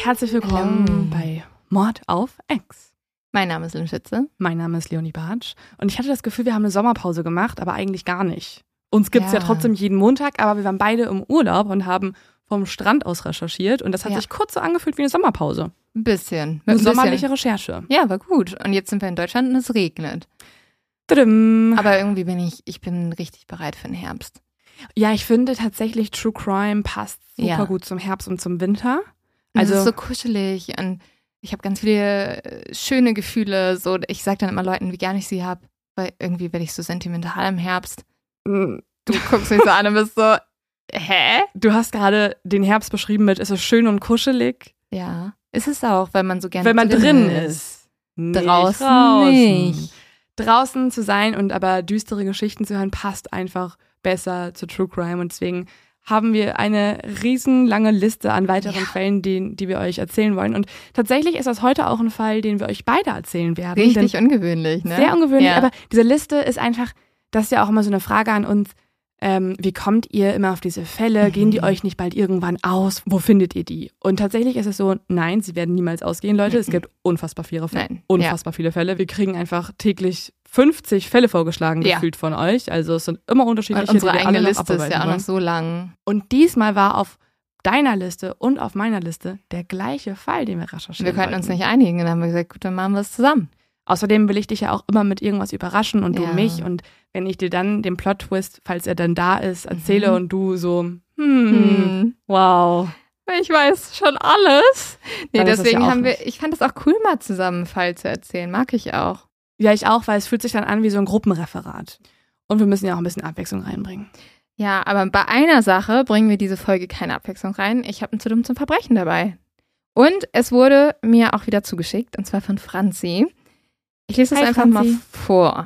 herzlich willkommen bei Mord auf Ex. Mein Name ist Lynn Schütze. Mein Name ist Leonie Bartsch. Und ich hatte das Gefühl, wir haben eine Sommerpause gemacht, aber eigentlich gar nicht. Uns gibt's ja trotzdem jeden Montag, aber wir waren beide im Urlaub und haben vom Strand aus recherchiert. Und das hat sich kurz so angefühlt wie eine Sommerpause. Ein bisschen. Eine sommerliche Recherche. Ja, war gut. Und jetzt sind wir in Deutschland und es regnet. Tudum. Aber irgendwie bin richtig bereit für den Herbst. Ja, ich finde tatsächlich True Crime passt super gut zum Herbst und zum Winter. Also es ist so kuschelig und ich habe ganz viele schöne Gefühle. So, ich sage dann immer Leuten, wie gerne ich sie habe, weil irgendwie werde ich so sentimental im Herbst. Du guckst mich so an und bist so, hä? Du hast gerade den Herbst beschrieben mit, es ist schön und kuschelig. Ja, ist es auch, weil man so gerne wenn man drin ist. Draußen nicht. Draußen zu sein und aber düstere Geschichten zu hören, passt einfach besser zu True Crime. Und deswegen haben wir eine riesenlange Liste an weiteren Fällen, die wir euch erzählen wollen. Und tatsächlich ist das heute auch ein Fall, den wir euch beide erzählen werden. Richtig ungewöhnlich, ne? Sehr ungewöhnlich, aber diese Liste ist einfach, das ist ja auch immer so eine Frage an uns, wie kommt ihr immer auf diese Fälle? Gehen die euch nicht bald irgendwann aus? Wo findet ihr die? Und tatsächlich ist es so, nein, sie werden niemals ausgehen, Leute. Es gibt unfassbar viele Fälle. Wir kriegen einfach täglich 50 Fälle vorgeschlagen, gefühlt von euch. Also es sind immer unterschiedliche, und unsere eigene Liste ist ja auch noch so lang. Und diesmal war auf deiner Liste und auf meiner Liste der gleiche Fall, den wir recherchieren Wir konnten uns nicht einigen. Dann haben wir gesagt, gut, dann machen wir es zusammen. Außerdem will ich dich ja auch immer mit irgendwas überraschen und du mich. Und wenn ich dir dann den Plot-Twist, falls er dann da ist, erzähle und du so, wow. Ich weiß schon alles. Nee, deswegen ich fand es auch cool, mal zusammen einen Fall zu erzählen. Mag ich auch. Ja, ich auch, weil es fühlt sich dann an wie so ein Gruppenreferat. Und wir müssen ja auch ein bisschen Abwechslung reinbringen. Ja, aber bei einer Sache bringen wir diese Folge keine Abwechslung rein. Ich habe ein Zu dumm zum Verbrechen dabei. Und es wurde mir auch wieder zugeschickt, und zwar von Franzi. Ich lese es einfach mal vor.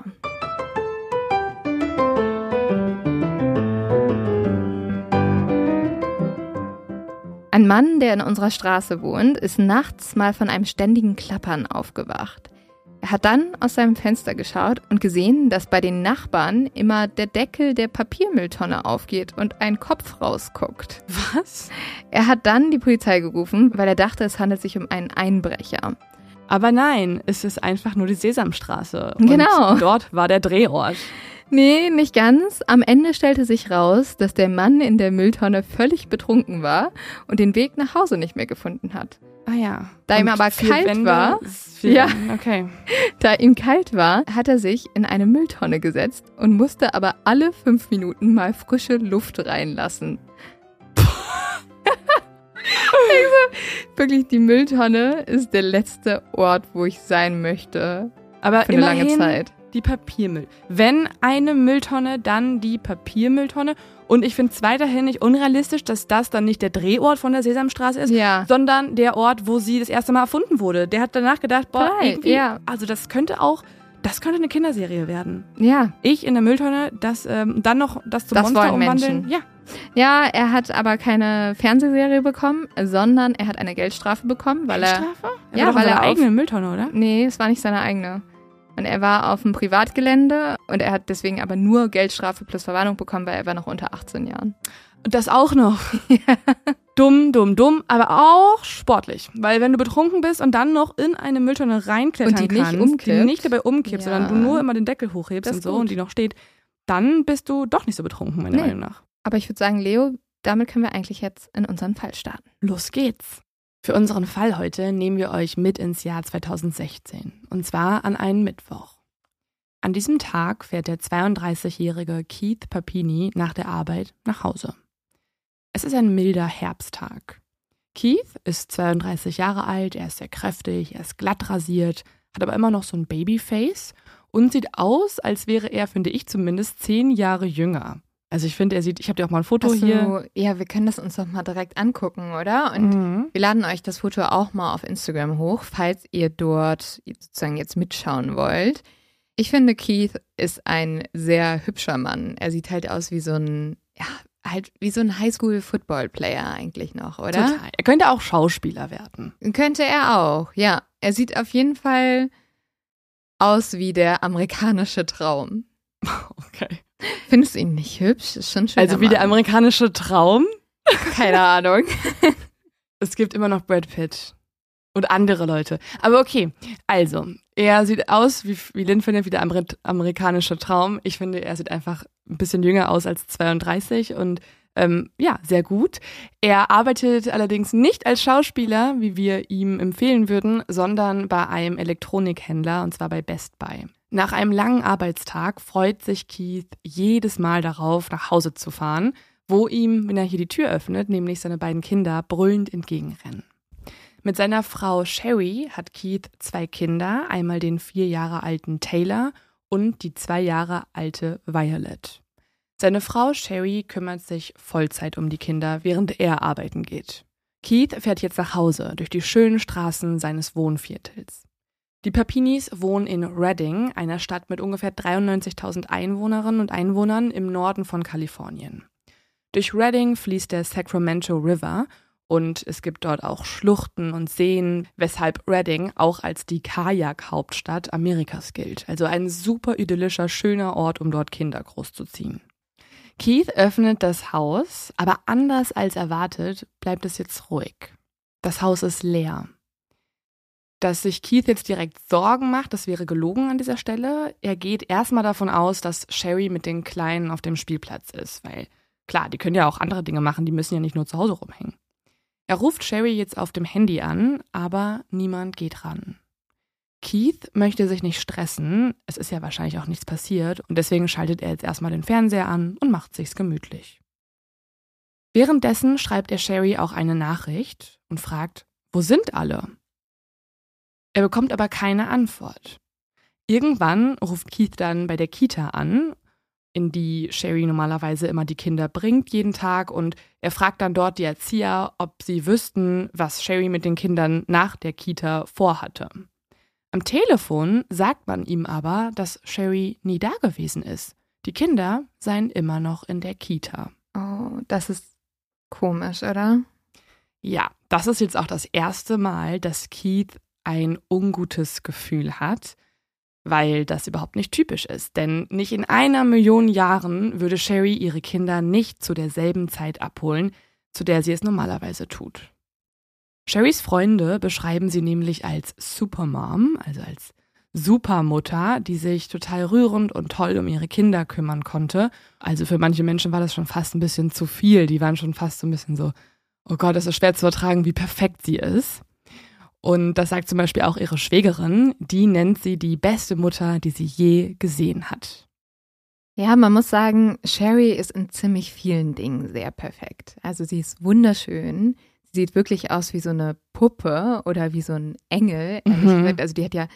Ein Mann, der in unserer Straße wohnt, ist nachts mal von einem ständigen Klappern aufgewacht. Er hat dann aus seinem Fenster geschaut und gesehen, dass bei den Nachbarn immer der Deckel der Papiermülltonne aufgeht und ein Kopf rausguckt. Was? Er hat dann die Polizei gerufen, weil er dachte, es handelt sich um einen Einbrecher. Aber nein, es ist einfach nur die Sesamstraße. Genau. Und dort war der Drehort. Nee, nicht ganz. Am Ende stellte sich raus, dass der Mann in der Mülltonne völlig betrunken war und den Weg nach Hause nicht mehr gefunden hat. Ah ja. Da ihm aber kalt war, da ihm kalt war, hat er sich in eine Mülltonne gesetzt und musste aber alle 5 Minuten mal frische Luft reinlassen. Wirklich, die Mülltonne ist der letzte Ort, wo ich sein möchte. Aber für eine lange Zeit. Die Papiermüll. Wenn eine Mülltonne, dann die Papiermülltonne. Und ich finde es weiterhin nicht unrealistisch, dass das dann nicht der Drehort von der Sesamstraße ist, sondern der Ort, wo sie das erste Mal erfunden wurde. Der hat danach gedacht, also das könnte eine Kinderserie werden. Ja. Ich in der Mülltonne, dann noch das zum Monster umwandeln. Menschen. Ja, er hat aber keine Fernsehserie bekommen, sondern er hat eine Geldstrafe bekommen, weil Geldstrafe? weil er eigene Mülltonne, oder? Nee, es war nicht seine eigene. Und er war auf dem Privatgelände und er hat deswegen aber nur Geldstrafe plus Verwarnung bekommen, weil er war noch unter 18 Jahren. Und das auch noch. Dumm, aber auch sportlich. Weil wenn du betrunken bist und dann noch in eine Mülltonne reinklettern und die nicht dabei umkippt, sondern du nur immer den Deckel hochhebst und so und die noch steht, dann bist du doch nicht so betrunken, meiner Meinung nach. Aber ich würde sagen, Leo, damit können wir eigentlich jetzt in unseren Fall starten. Los geht's. Für unseren Fall heute nehmen wir euch mit ins Jahr 2016. Und zwar an einen Mittwoch. An diesem Tag fährt der 32-jährige Keith Papini nach der Arbeit nach Hause. Es ist ein milder Herbsttag. Keith ist 32 Jahre alt, er ist sehr kräftig, er ist glatt rasiert, hat aber immer noch so ein Babyface und sieht aus, als wäre er, finde ich zumindest, 10 Jahre jünger. Also ich finde, ich habe dir auch mal ein Foto hier. Ja, wir können das uns doch mal direkt angucken, oder? Und wir laden euch das Foto auch mal auf Instagram hoch, falls ihr dort sozusagen jetzt mitschauen wollt. Ich finde, Keith ist ein sehr hübscher Mann. Er sieht halt aus wie so ein Highschool-Football-Player eigentlich noch, oder? Total. Er könnte auch Schauspieler werden. Könnte er auch, ja. Er sieht auf jeden Fall aus wie der amerikanische Traum. Okay. Findest du ihn nicht hübsch? Ist schon schön. Also wie der amerikanische Traum? Keine Ahnung. Es gibt immer noch Brad Pitt und andere Leute. Aber okay, also, er sieht aus, wie Lynn findet, wie der amerikanische Traum. Ich finde, er sieht einfach ein bisschen jünger aus als 32 und sehr gut. Er arbeitet allerdings nicht als Schauspieler, wie wir ihm empfehlen würden, sondern bei einem Elektronikhändler, und zwar bei Best Buy. Nach einem langen Arbeitstag freut sich Keith jedes Mal darauf, nach Hause zu fahren, wo ihm, wenn er hier die Tür öffnet, nämlich seine beiden Kinder brüllend entgegenrennen. Mit seiner Frau Sherry hat Keith 2 Kinder, einmal den 4 Jahre alten Taylor und die 2 Jahre alte Violet. Seine Frau Sherry kümmert sich Vollzeit um die Kinder, während er arbeiten geht. Keith fährt jetzt nach Hause durch die schönen Straßen seines Wohnviertels. Die Papinis wohnen in Redding, einer Stadt mit ungefähr 93.000 Einwohnerinnen und Einwohnern im Norden von Kalifornien. Durch Redding fließt der Sacramento River und es gibt dort auch Schluchten und Seen, weshalb Redding auch als die Kajak-Hauptstadt Amerikas gilt. Also ein super idyllischer, schöner Ort, um dort Kinder großzuziehen. Keith öffnet das Haus, aber anders als erwartet bleibt es jetzt ruhig. Das Haus ist leer. Dass sich Keith jetzt direkt Sorgen macht, das wäre gelogen an dieser Stelle. Er geht erstmal davon aus, dass Sherry mit den Kleinen auf dem Spielplatz ist, weil klar, die können ja auch andere Dinge machen, die müssen ja nicht nur zu Hause rumhängen. Er ruft Sherry jetzt auf dem Handy an, aber niemand geht ran. Keith möchte sich nicht stressen, es ist ja wahrscheinlich auch nichts passiert und deswegen schaltet er jetzt erstmal den Fernseher an und macht sich's gemütlich. Währenddessen schreibt er Sherry auch eine Nachricht und fragt, wo sind alle? Er bekommt aber keine Antwort. Irgendwann ruft Keith dann bei der Kita an, in die Sherry normalerweise immer die Kinder bringt jeden Tag und er fragt dann dort die Erzieher, ob sie wüssten, was Sherry mit den Kindern nach der Kita vorhatte. Am Telefon sagt man ihm aber, dass Sherry nie da gewesen ist. Die Kinder seien immer noch in der Kita. Oh, das ist komisch, oder? Ja, das ist jetzt auch das erste Mal, dass Keith ein ungutes Gefühl hat, weil das überhaupt nicht typisch ist. Denn nicht in 1 Million Jahren würde Sherry ihre Kinder nicht zu derselben Zeit abholen, zu der sie es normalerweise tut. Sherrys Freunde beschreiben sie nämlich als Supermom, also als Supermutter, die sich total rührend und toll um ihre Kinder kümmern konnte. Also für manche Menschen war das schon fast ein bisschen zu viel. Die waren schon fast so ein bisschen so, oh Gott, es ist schwer zu ertragen, wie perfekt sie ist. Und das sagt zum Beispiel auch ihre Schwägerin, die nennt sie die beste Mutter, die sie je gesehen hat. Ja, man muss sagen, Sherry ist in ziemlich vielen Dingen sehr perfekt. Also sie ist wunderschön, sie sieht wirklich aus wie so eine Puppe oder wie so ein Engel, ehrlich gesagt. Also die hat ja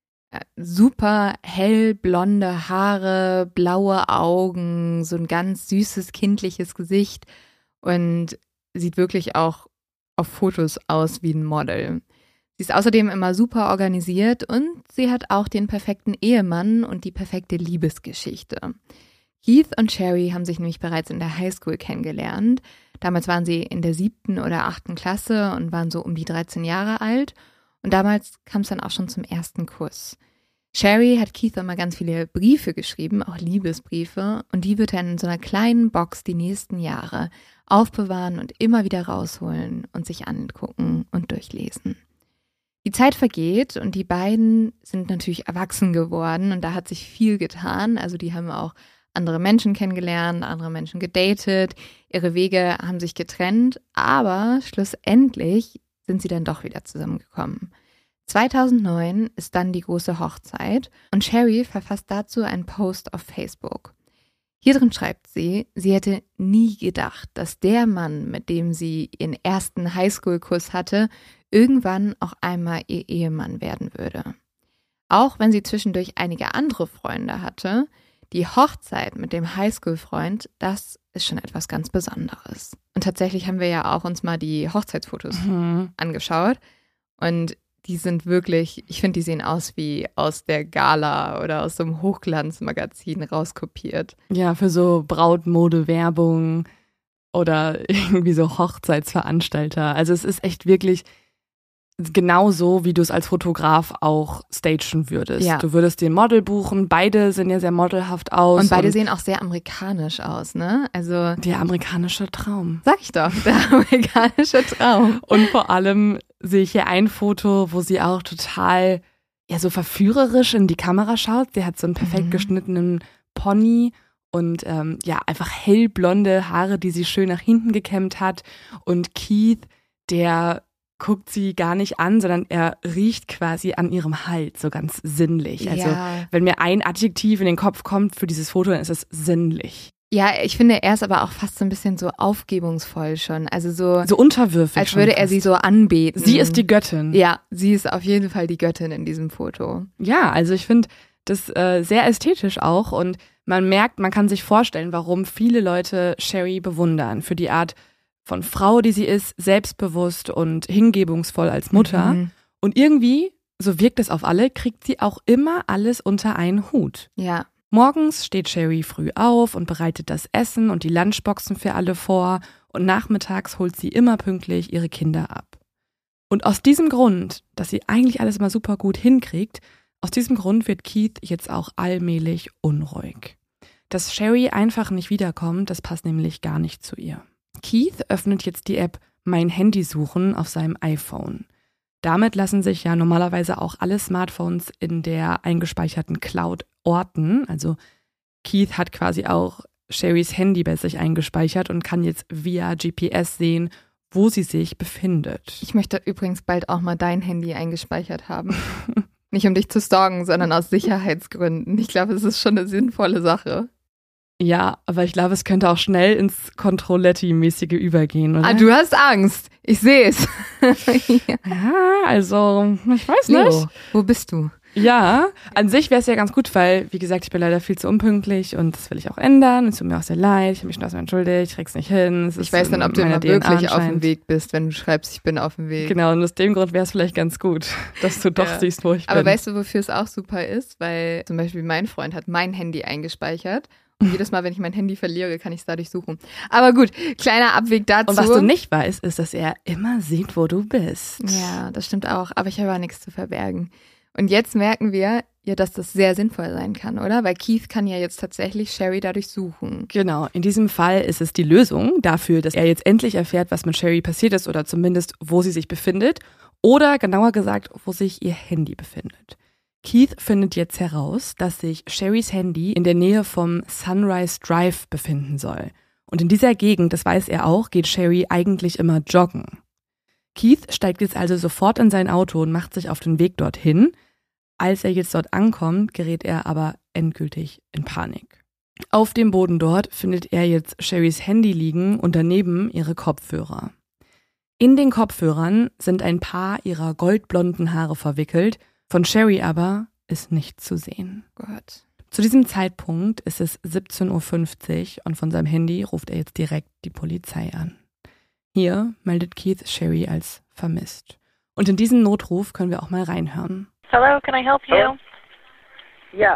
super hellblonde Haare, blaue Augen, so ein ganz süßes, kindliches Gesicht und sieht wirklich auch auf Fotos aus wie ein Model. Sie ist außerdem immer super organisiert und sie hat auch den perfekten Ehemann und die perfekte Liebesgeschichte. Keith und Sherry haben sich nämlich bereits in der Highschool kennengelernt. Damals waren sie in der 7. oder 8. Klasse und waren so um die 13 Jahre alt. Und damals kam es dann auch schon zum ersten Kuss. Sherry hat Keith immer ganz viele Briefe geschrieben, auch Liebesbriefe. Und die wird er in so einer kleinen Box die nächsten Jahre aufbewahren und immer wieder rausholen und sich angucken und durchlesen. Die Zeit vergeht und die beiden sind natürlich erwachsen geworden und da hat sich viel getan. Also die haben auch andere Menschen kennengelernt, andere Menschen gedatet, ihre Wege haben sich getrennt, aber schlussendlich sind sie dann doch wieder zusammengekommen. 2009 ist dann die große Hochzeit und Sherry verfasst dazu einen Post auf Facebook. Hier drin schreibt sie, sie hätte nie gedacht, dass der Mann, mit dem sie ihren ersten Highschool-Kuss hatte, irgendwann auch einmal ihr Ehemann werden würde. Auch wenn sie zwischendurch einige andere Freunde hatte, die Hochzeit mit dem Highschool-Freund, das ist schon etwas ganz Besonderes. Und tatsächlich haben wir ja auch uns mal die Hochzeitsfotos angeschaut und die sind wirklich, ich finde, die sehen aus wie aus der Gala oder aus so einem Hochglanzmagazin rauskopiert. Ja, für so Brautmode-Werbung oder irgendwie so Hochzeitsveranstalter. Also es ist echt wirklich genauso, wie du es als Fotograf auch stagen würdest. Ja. Du würdest den Model buchen, beide sehen ja sehr modelhaft aus. Und beide sehen auch sehr amerikanisch aus, ne? Also der amerikanische Traum. sag ich doch, der amerikanische Traum. Und vor allem sehe ich hier ein Foto, wo sie auch total so verführerisch in die Kamera schaut. Sie hat so einen perfekt geschnittenen Pony und einfach hellblonde Haare, die sie schön nach hinten gekämmt hat. Und Keith, der guckt sie gar nicht an, sondern er riecht quasi an ihrem Hals, so ganz sinnlich. Also wenn mir ein Adjektiv in den Kopf kommt für dieses Foto, dann ist es sinnlich. Ja, ich finde, er ist aber auch fast so ein bisschen so aufgebungsvoll schon. Also so unterwürfig. Als würde er sie so anbeten. Sie ist die Göttin. Ja, sie ist auf jeden Fall die Göttin in diesem Foto. Ja, also ich finde das sehr ästhetisch auch und man merkt, man kann sich vorstellen, warum viele Leute Sherry bewundern. Für die Art von Frau, die sie ist, selbstbewusst und hingebungsvoll als Mutter. Und irgendwie, so wirkt es auf alle, kriegt sie auch immer alles unter einen Hut. Ja. Morgens steht Sherry früh auf und bereitet das Essen und die Lunchboxen für alle vor und nachmittags holt sie immer pünktlich ihre Kinder ab. Und aus diesem Grund, dass sie eigentlich alles mal super gut hinkriegt, aus diesem Grund wird Keith jetzt auch allmählich unruhig. Dass Sherry einfach nicht wiederkommt, das passt nämlich gar nicht zu ihr. Keith öffnet jetzt die App Mein Handy suchen auf seinem iPhone. Damit lassen sich ja normalerweise auch alle Smartphones in der eingespeicherten Cloud orten. Also Keith hat quasi auch Sherrys Handy bei sich eingespeichert und kann jetzt via GPS sehen, wo sie sich befindet. Ich möchte übrigens bald auch mal dein Handy eingespeichert haben. Nicht um dich zu stalken, sondern aus Sicherheitsgründen. Ich glaube, es ist schon eine sinnvolle Sache. Ja, aber ich glaube, es könnte auch schnell ins Controletti-mäßige übergehen, oder? Ah, du hast Angst. Ich sehe es. Ja, also, ich weiß Leo, nicht. Wo bist du? Ja, an sich wäre es ja ganz gut, weil, wie gesagt, ich bin leider viel zu unpünktlich und das will ich auch ändern. Es tut mir auch sehr leid, ich habe mich schon erstmal entschuldigt, ich krieg's nicht hin. Ich weiß dann, ob du immer wirklich auf dem Weg bist, wenn du schreibst, ich bin auf dem Weg. Genau, und aus dem Grund wäre es vielleicht ganz gut, dass du doch siehst, wo ich bin. Aber weißt du, wofür es auch super ist? Weil zum Beispiel mein Freund hat mein Handy eingespeichert. Und jedes Mal, wenn ich mein Handy verliere, kann ich es dadurch suchen. Aber gut, kleiner Abweg dazu. Und was du nicht weißt, ist, dass er immer sieht, wo du bist. Ja, das stimmt auch. Aber ich habe auch nichts zu verbergen. Und jetzt merken wir ja, dass das sehr sinnvoll sein kann, oder? Weil Keith kann ja jetzt tatsächlich Sherry dadurch suchen. Genau, in diesem Fall ist es die Lösung dafür, dass er jetzt endlich erfährt, was mit Sherry passiert ist oder zumindest, wo sie sich befindet. Oder genauer gesagt, wo sich ihr Handy befindet. Keith findet jetzt heraus, dass sich Sherrys Handy in der Nähe vom Sunrise Drive befinden soll. Und in dieser Gegend, das weiß er auch, geht Sherry eigentlich immer joggen. Keith steigt jetzt also sofort in sein Auto und macht sich auf den Weg dorthin. Als er jetzt dort ankommt, gerät er aber endgültig in Panik. Auf dem Boden dort findet er jetzt Sherrys Handy liegen und daneben ihre Kopfhörer. In den Kopfhörern sind ein paar ihrer goldblonden Haare verwickelt, von Sherry aber ist nichts zu sehen. Gott. Zu diesem Zeitpunkt ist es 17:50 Uhr und von seinem Handy ruft er jetzt direkt die Polizei an. Hier meldet Keith Sherry als vermisst. Und in diesen Notruf können wir auch mal reinhören. Hello, can I help you? Hello? Yeah,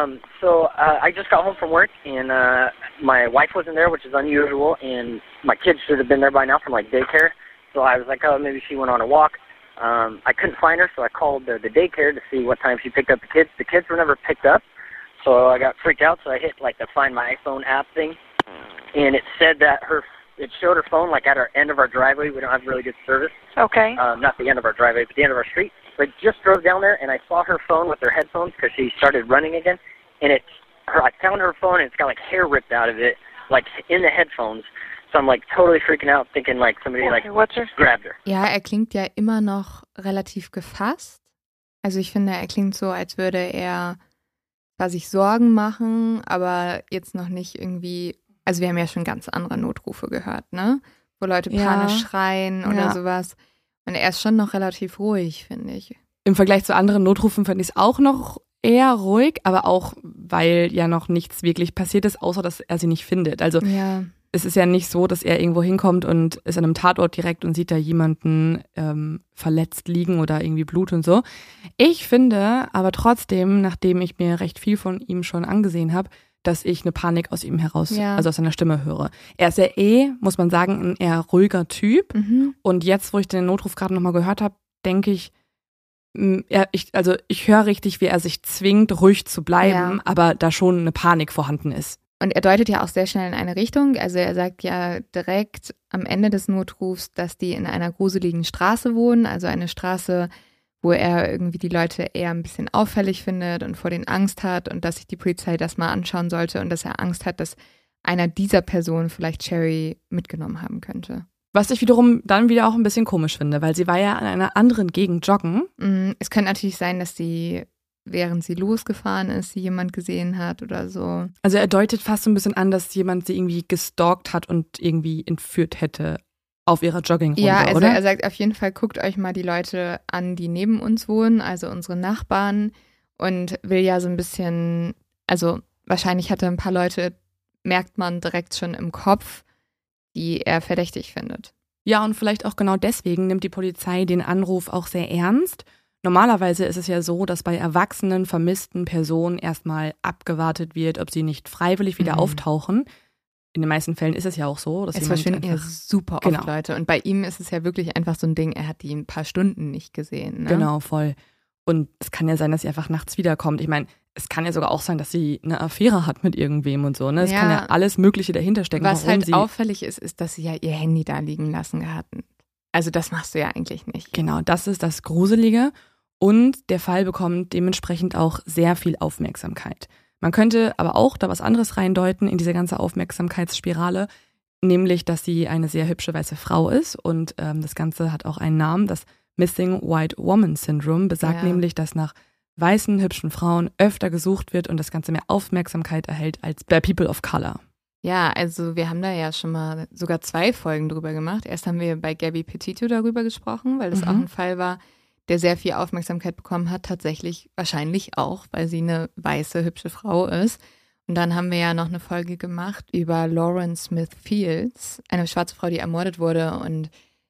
I just got home from work and my wife wasn't there, which is unusual, and my kids should have been there by now from like daycare. So I was like, oh, maybe she went on a walk. I couldn't find her, so I called the daycare to see what time she picked up the kids. The kids were never picked up, so I got freaked out, so I hit like the Find My iPhone app thing, and it said that it showed her phone like at our end of our driveway. We don't have really good service. Okay. Not the end of our driveway, but the end of our street. So I just drove down there, and I saw her phone with her headphones because she started running again, and I found her phone, and it's got like hair ripped out of it, like in the headphones. So I'm like totally freaking out, thinking like somebody grabbed her. Ja, er klingt ja immer noch relativ gefasst. Also ich finde, er klingt so, als würde er sich Sorgen machen, aber jetzt noch nicht irgendwie, also wir haben ja schon ganz andere Notrufe gehört, ne? Wo Leute panisch schreien oder sowas. Und er ist schon noch relativ ruhig, finde ich. Im Vergleich zu anderen Notrufen finde ich es auch noch eher ruhig, aber auch, weil ja noch nichts wirklich passiert ist, außer dass er sie nicht findet. Also es ist ja nicht so, dass er irgendwo hinkommt und ist an einem Tatort direkt und sieht da jemanden verletzt liegen oder irgendwie Blut und so. Ich finde aber trotzdem, nachdem ich mir recht viel von ihm schon angesehen habe, dass ich eine Panik aus ihm heraus, also aus seiner Stimme höre. Er ist ja muss man sagen, ein eher ruhiger Typ. Und jetzt, wo ich den Notruf gerade nochmal gehört habe, denke ich, ich höre richtig, wie er sich zwingt, ruhig zu bleiben, aber da schon eine Panik vorhanden ist. Und er deutet ja auch sehr schnell in eine Richtung. Also er sagt ja direkt am Ende des Notrufs, dass die in einer gruseligen Straße wohnen, also eine Straße, wo er irgendwie die Leute eher ein bisschen auffällig findet und vor denen Angst hat und dass sich die Polizei das mal anschauen sollte und dass er Angst hat, dass einer dieser Personen vielleicht Sherry mitgenommen haben könnte. Was ich wiederum dann wieder auch ein bisschen komisch finde, weil sie war ja in einer anderen Gegend joggen. Es könnte natürlich sein, dass sie, während sie losgefahren ist, sie jemand gesehen hat oder so. Also er deutet fast so ein bisschen an, dass jemand sie irgendwie gestalkt hat und irgendwie entführt hätte auf ihrer Joggingrunde, ja, also oder? Er sagt auf jeden Fall, guckt euch mal die Leute an, die neben uns wohnen, also unsere Nachbarn, und will ja so ein bisschen, also wahrscheinlich hatte ein paar Leute, merkt man direkt schon im Kopf, die er verdächtig findet. Ja, und vielleicht auch genau deswegen nimmt die Polizei den Anruf auch sehr ernst. Normalerweise ist es ja so, dass bei erwachsenen, vermissten Personen erstmal abgewartet wird, ob sie nicht freiwillig wieder auftauchen. In den meisten Fällen ist es ja auch so, dass es verschwinden ja super oft Leute. Und bei ihm ist es ja wirklich einfach so ein Ding, er hat die ein paar Stunden nicht gesehen. Ne? Genau, voll. Und es kann ja sein, dass sie einfach nachts wiederkommt. Ich meine, es kann ja sogar auch sein, dass sie eine Affäre hat mit irgendwem und so. Ne? Es kann ja alles Mögliche dahinter stecken. Was halt auffällig ist, dass sie ja ihr Handy da liegen lassen hatten. Also das machst du ja eigentlich nicht. Genau, das ist das Gruselige. Und der Fall bekommt dementsprechend auch sehr viel Aufmerksamkeit. Man könnte aber auch da was anderes reindeuten in diese ganze Aufmerksamkeitsspirale, nämlich, dass sie eine sehr hübsche weiße Frau ist und das Ganze hat auch einen Namen, das Missing White Woman Syndrome besagt nämlich, dass nach weißen, hübschen Frauen öfter gesucht wird und das Ganze mehr Aufmerksamkeit erhält als bei People of Color. Ja, also wir haben da ja schon mal sogar 2 Folgen drüber gemacht. Erst haben wir bei Gabby Petito darüber gesprochen, weil das auch ein Fall war, der sehr viel Aufmerksamkeit bekommen hat, tatsächlich wahrscheinlich auch, weil sie eine weiße, hübsche Frau ist. Und dann haben wir ja noch eine Folge gemacht über Lauren Smith Fields, eine schwarze Frau, die ermordet wurde und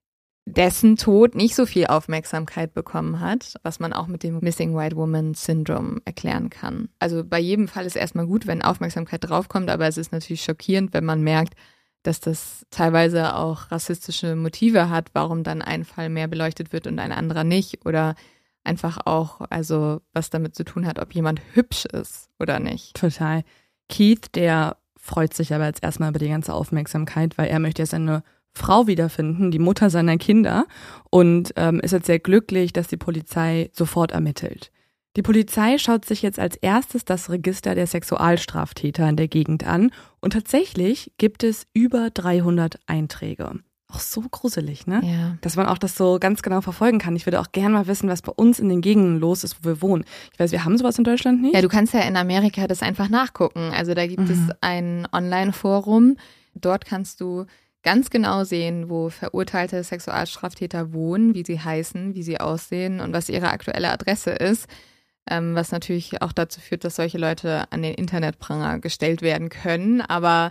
dessen Tod nicht so viel Aufmerksamkeit bekommen hat, was man auch mit dem Missing White Woman Syndrome erklären kann. Also bei jedem Fall ist erstmal gut, wenn Aufmerksamkeit draufkommt, aber es ist natürlich schockierend, wenn man merkt, dass das teilweise auch rassistische Motive hat, warum dann ein Fall mehr beleuchtet wird und ein anderer nicht. Oder einfach auch, also was damit zu tun hat, ob jemand hübsch ist oder nicht. Total. Keith, der freut sich aber jetzt erstmal über die ganze Aufmerksamkeit, weil er möchte jetzt eine Frau wiederfinden, die Mutter seiner Kinder, und ist jetzt sehr glücklich, dass die Polizei sofort ermittelt. Die Polizei schaut sich jetzt als erstes das Register der Sexualstraftäter in der Gegend an und tatsächlich gibt es über 300 Einträge. Auch so gruselig, ne? Ja. Dass man auch das so ganz genau verfolgen kann. Ich würde auch gerne mal wissen, was bei uns in den Gegenden los ist, wo wir wohnen. Ich weiß, wir haben sowas in Deutschland nicht. Ja, du kannst ja in Amerika das einfach nachgucken. Also da gibt es ein Online-Forum. Dort kannst du ganz genau sehen, wo verurteilte Sexualstraftäter wohnen, wie sie heißen, wie sie aussehen und was ihre aktuelle Adresse ist. Was natürlich auch dazu führt, dass solche Leute an den Internetpranger gestellt werden können, aber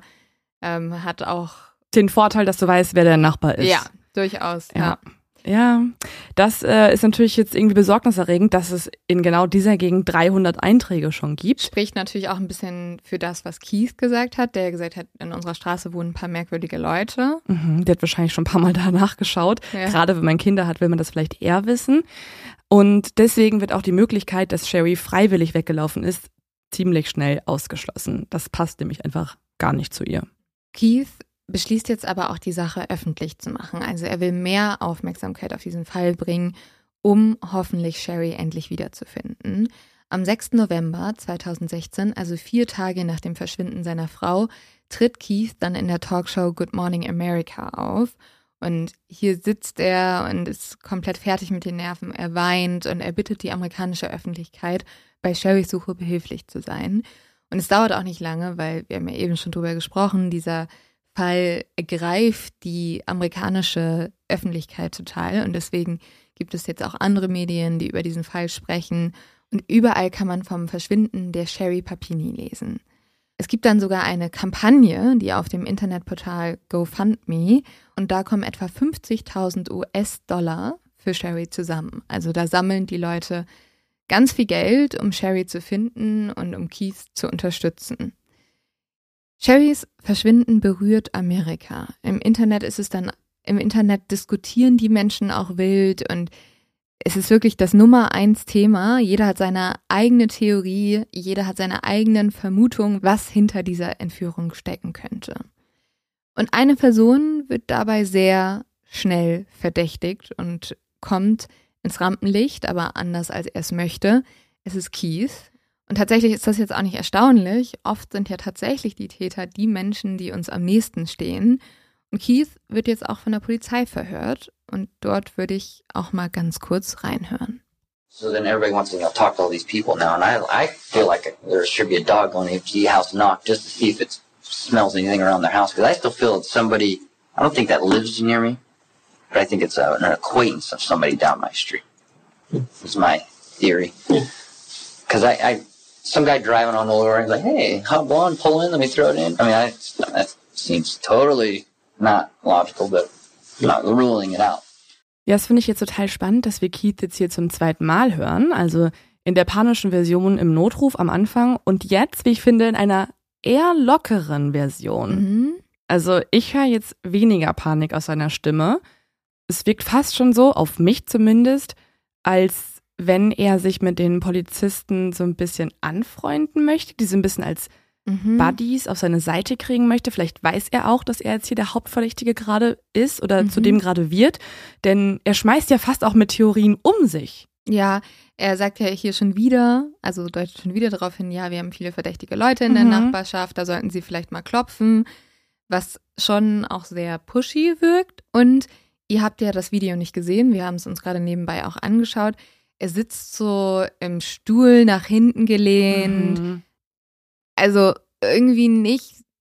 hat auch den Vorteil, dass du weißt, wer der Nachbar ist. Ja, durchaus. Ja, das ist natürlich jetzt irgendwie besorgniserregend, dass es in genau dieser Gegend 300 Einträge schon gibt. Spricht natürlich auch ein bisschen für das, was Keith gesagt hat, der gesagt hat, in unserer Straße wohnen ein paar merkwürdige Leute. Der hat wahrscheinlich schon ein paar Mal da nachgeschaut. Ja. Gerade wenn man Kinder hat, will man das vielleicht eher wissen. Und deswegen wird auch die Möglichkeit, dass Sherry freiwillig weggelaufen ist, ziemlich schnell ausgeschlossen. Das passt nämlich einfach gar nicht zu ihr. Keith beschließt jetzt aber auch, die Sache öffentlich zu machen. Also er will mehr Aufmerksamkeit auf diesen Fall bringen, um hoffentlich Sherry endlich wiederzufinden. Am 6. November 2016, also 4 Tage nach dem Verschwinden seiner Frau, tritt Keith dann in der Talkshow Good Morning America auf. Und hier sitzt er und ist komplett fertig mit den Nerven. Er weint und er bittet die amerikanische Öffentlichkeit, bei Sherrys Suche behilflich zu sein. Und es dauert auch nicht lange, weil wir haben ja eben schon drüber gesprochen, dieser Fall ergreift die amerikanische Öffentlichkeit total. Und deswegen gibt es jetzt auch andere Medien, die über diesen Fall sprechen. Und überall kann man vom Verschwinden der Sherry Papini lesen. Es gibt dann sogar eine Kampagne, die auf dem Internetportal GoFundMe, und da kommen etwa 50.000 US-Dollar für Sherry zusammen. Also da sammeln die Leute ganz viel Geld, um Sherry zu finden und um Keith zu unterstützen. Sherrys Verschwinden berührt Amerika. Im Internet diskutieren die Menschen auch wild und es ist wirklich das Nummer 1 Thema. Jeder hat seine eigene Theorie, jeder hat seine eigenen Vermutungen, was hinter dieser Entführung stecken könnte. Und eine Person wird dabei sehr schnell verdächtigt und kommt ins Rampenlicht, aber anders als er es möchte. Es ist Keith. Und tatsächlich ist das jetzt auch nicht erstaunlich. Oft sind ja tatsächlich die Täter die Menschen, die uns am nächsten stehen. Und Keith wird jetzt auch von der Polizei verhört. Und dort würde ich auch mal ganz kurz reinhören. So then everybody wants to talk to all these people now. And I feel like there should be a dog going to the house knock just to see if it smells anything around their house. Because I still feel it's somebody, I don't think that lives near me. But I think it's an acquaintance of somebody down my street. Is my theory. Because some guy driving on the lower end, like, hey, hot blonde, pull in, let me throw it in. I mean, that seems totally not logical, but not ruling it out. Ja, das finde ich jetzt total spannend, dass wir Keith jetzt hier zum 2. Mal hören. Also in der panischen Version im Notruf am Anfang und jetzt, wie ich finde, in einer eher lockeren Version. Also ich höre jetzt weniger Panik aus seiner Stimme. Es wirkt fast schon so, auf mich zumindest, als wenn er sich mit den Polizisten so ein bisschen anfreunden möchte, die so ein bisschen als Buddies auf seine Seite kriegen möchte. Vielleicht weiß er auch, dass er jetzt hier der Hauptverdächtige gerade ist oder zu dem gerade wird, denn er schmeißt ja fast auch mit Theorien um sich. Ja, er sagt ja hier schon wieder, also deutet schon wieder darauf hin, ja, wir haben viele verdächtige Leute in der Nachbarschaft, da sollten sie vielleicht mal klopfen, was schon auch sehr pushy wirkt. Und ihr habt ja das Video nicht gesehen, wir haben es uns gerade nebenbei auch angeschaut. Er sitzt so im Stuhl nach hinten gelehnt. Also irgendwie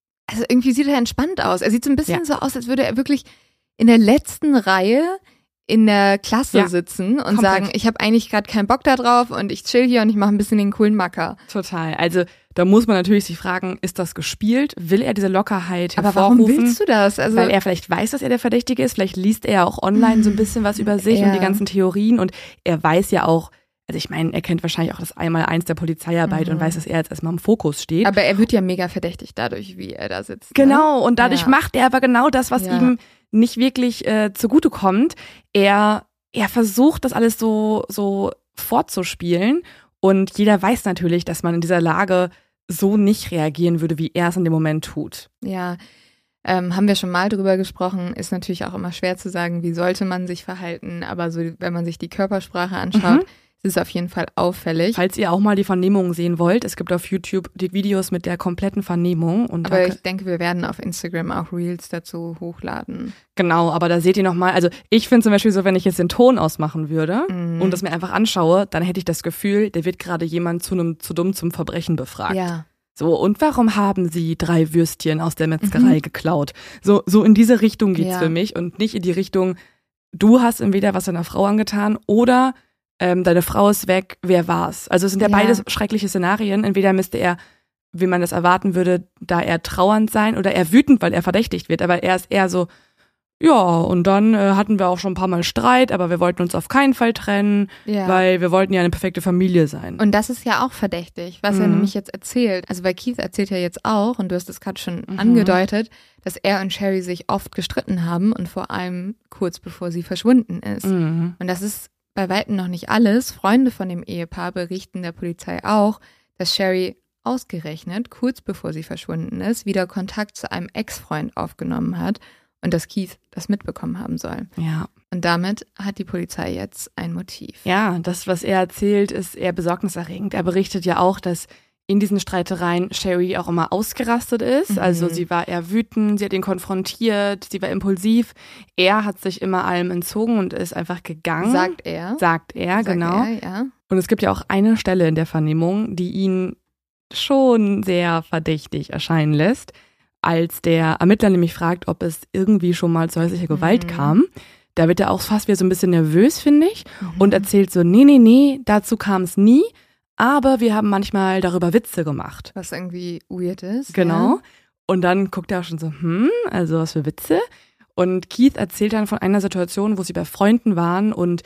sieht er entspannt aus. Er sieht so ein bisschen so aus, als würde er wirklich in der letzten Reihe in der Klasse sitzen und sagen, ich habe eigentlich gerade keinen Bock da drauf und ich chill hier und ich mache ein bisschen den coolen Macker. Total. Also da muss man natürlich sich fragen, ist das gespielt? Will er diese Lockerheit hervorrufen? Aber warum willst du das? Also, weil er vielleicht weiß, dass er der Verdächtige ist. Vielleicht liest er auch online so ein bisschen was über sich und die ganzen Theorien. Und er weiß ja auch, also ich meine, er kennt wahrscheinlich auch das Einmaleins der Polizeiarbeit und weiß, dass er jetzt erstmal im Fokus steht. Aber er wird ja mega verdächtigt dadurch, wie er da sitzt. Genau, und dadurch macht er aber genau das, was ihm nicht wirklich zugutekommt. Er versucht, das alles so fortzuspielen. Und jeder weiß natürlich, dass man in dieser Lage so nicht reagieren würde, wie er es in dem Moment tut. Ja, haben wir schon mal drüber gesprochen, ist natürlich auch immer schwer zu sagen, wie sollte man sich verhalten. Aber so, wenn man sich die Körpersprache anschaut, ist es auf jeden Fall auffällig. Falls ihr auch mal die Vernehmung sehen wollt, es gibt auf YouTube die Videos mit der kompletten Vernehmung. Aber ich denke, wir werden auf Instagram auch Reels dazu hochladen. Genau, aber da seht ihr nochmal, also ich finde zum Beispiel so, wenn ich jetzt den Ton ausmachen würde und das mir einfach anschaue, dann hätte ich das Gefühl, der wird gerade jemand zu dumm zum Verbrechen befragt. Ja. So, und warum haben sie 3 Würstchen aus der Metzgerei geklaut? So in diese Richtung geht's für mich und nicht in die Richtung, du hast entweder was deiner Frau angetan oder deine Frau ist weg, wer war's? Also es sind ja beides schreckliche Szenarien. Entweder müsste er, wie man das erwarten würde, da eher trauernd sein oder eher wütend, weil er verdächtigt wird. Aber er ist eher so, ja, und dann hatten wir auch schon ein paar Mal Streit, aber wir wollten uns auf keinen Fall trennen, weil wir wollten ja eine perfekte Familie sein. Und das ist ja auch verdächtig, was er nämlich jetzt erzählt. Also weil Keith erzählt ja jetzt auch, und du hast es gerade schon angedeutet, dass er und Sherry sich oft gestritten haben und vor allem kurz bevor sie verschwunden ist. Und das ist bei weitem noch nicht alles. Freunde von dem Ehepaar berichten der Polizei auch, dass Sherry ausgerechnet, kurz bevor sie verschwunden ist, wieder Kontakt zu einem Ex-Freund aufgenommen hat und dass Keith das mitbekommen haben soll. Ja. Und damit hat die Polizei jetzt ein Motiv. Ja, das, was er erzählt, ist eher besorgniserregend. Er berichtet ja auch, dass in diesen Streitereien Sherry auch immer ausgerastet ist. Also sie war eher wütend, sie hat ihn konfrontiert, sie war impulsiv. Er hat sich immer allem entzogen und ist einfach gegangen. Sagt er. Sagt er, genau. Ja. Und es gibt ja auch eine Stelle in der Vernehmung, die ihn schon sehr verdächtig erscheinen lässt, als der Ermittler nämlich fragt, ob es irgendwie schon mal zu häuslicher Gewalt kam. Da wird er auch fast wieder so ein bisschen nervös, finde ich, und erzählt so, nee, dazu kam es nie. Aber wir haben manchmal darüber Witze gemacht. Was irgendwie weird ist. Genau. Ja. Und dann guckt er auch schon so, also was für Witze. Und Keith erzählt dann von einer Situation, wo sie bei Freunden waren und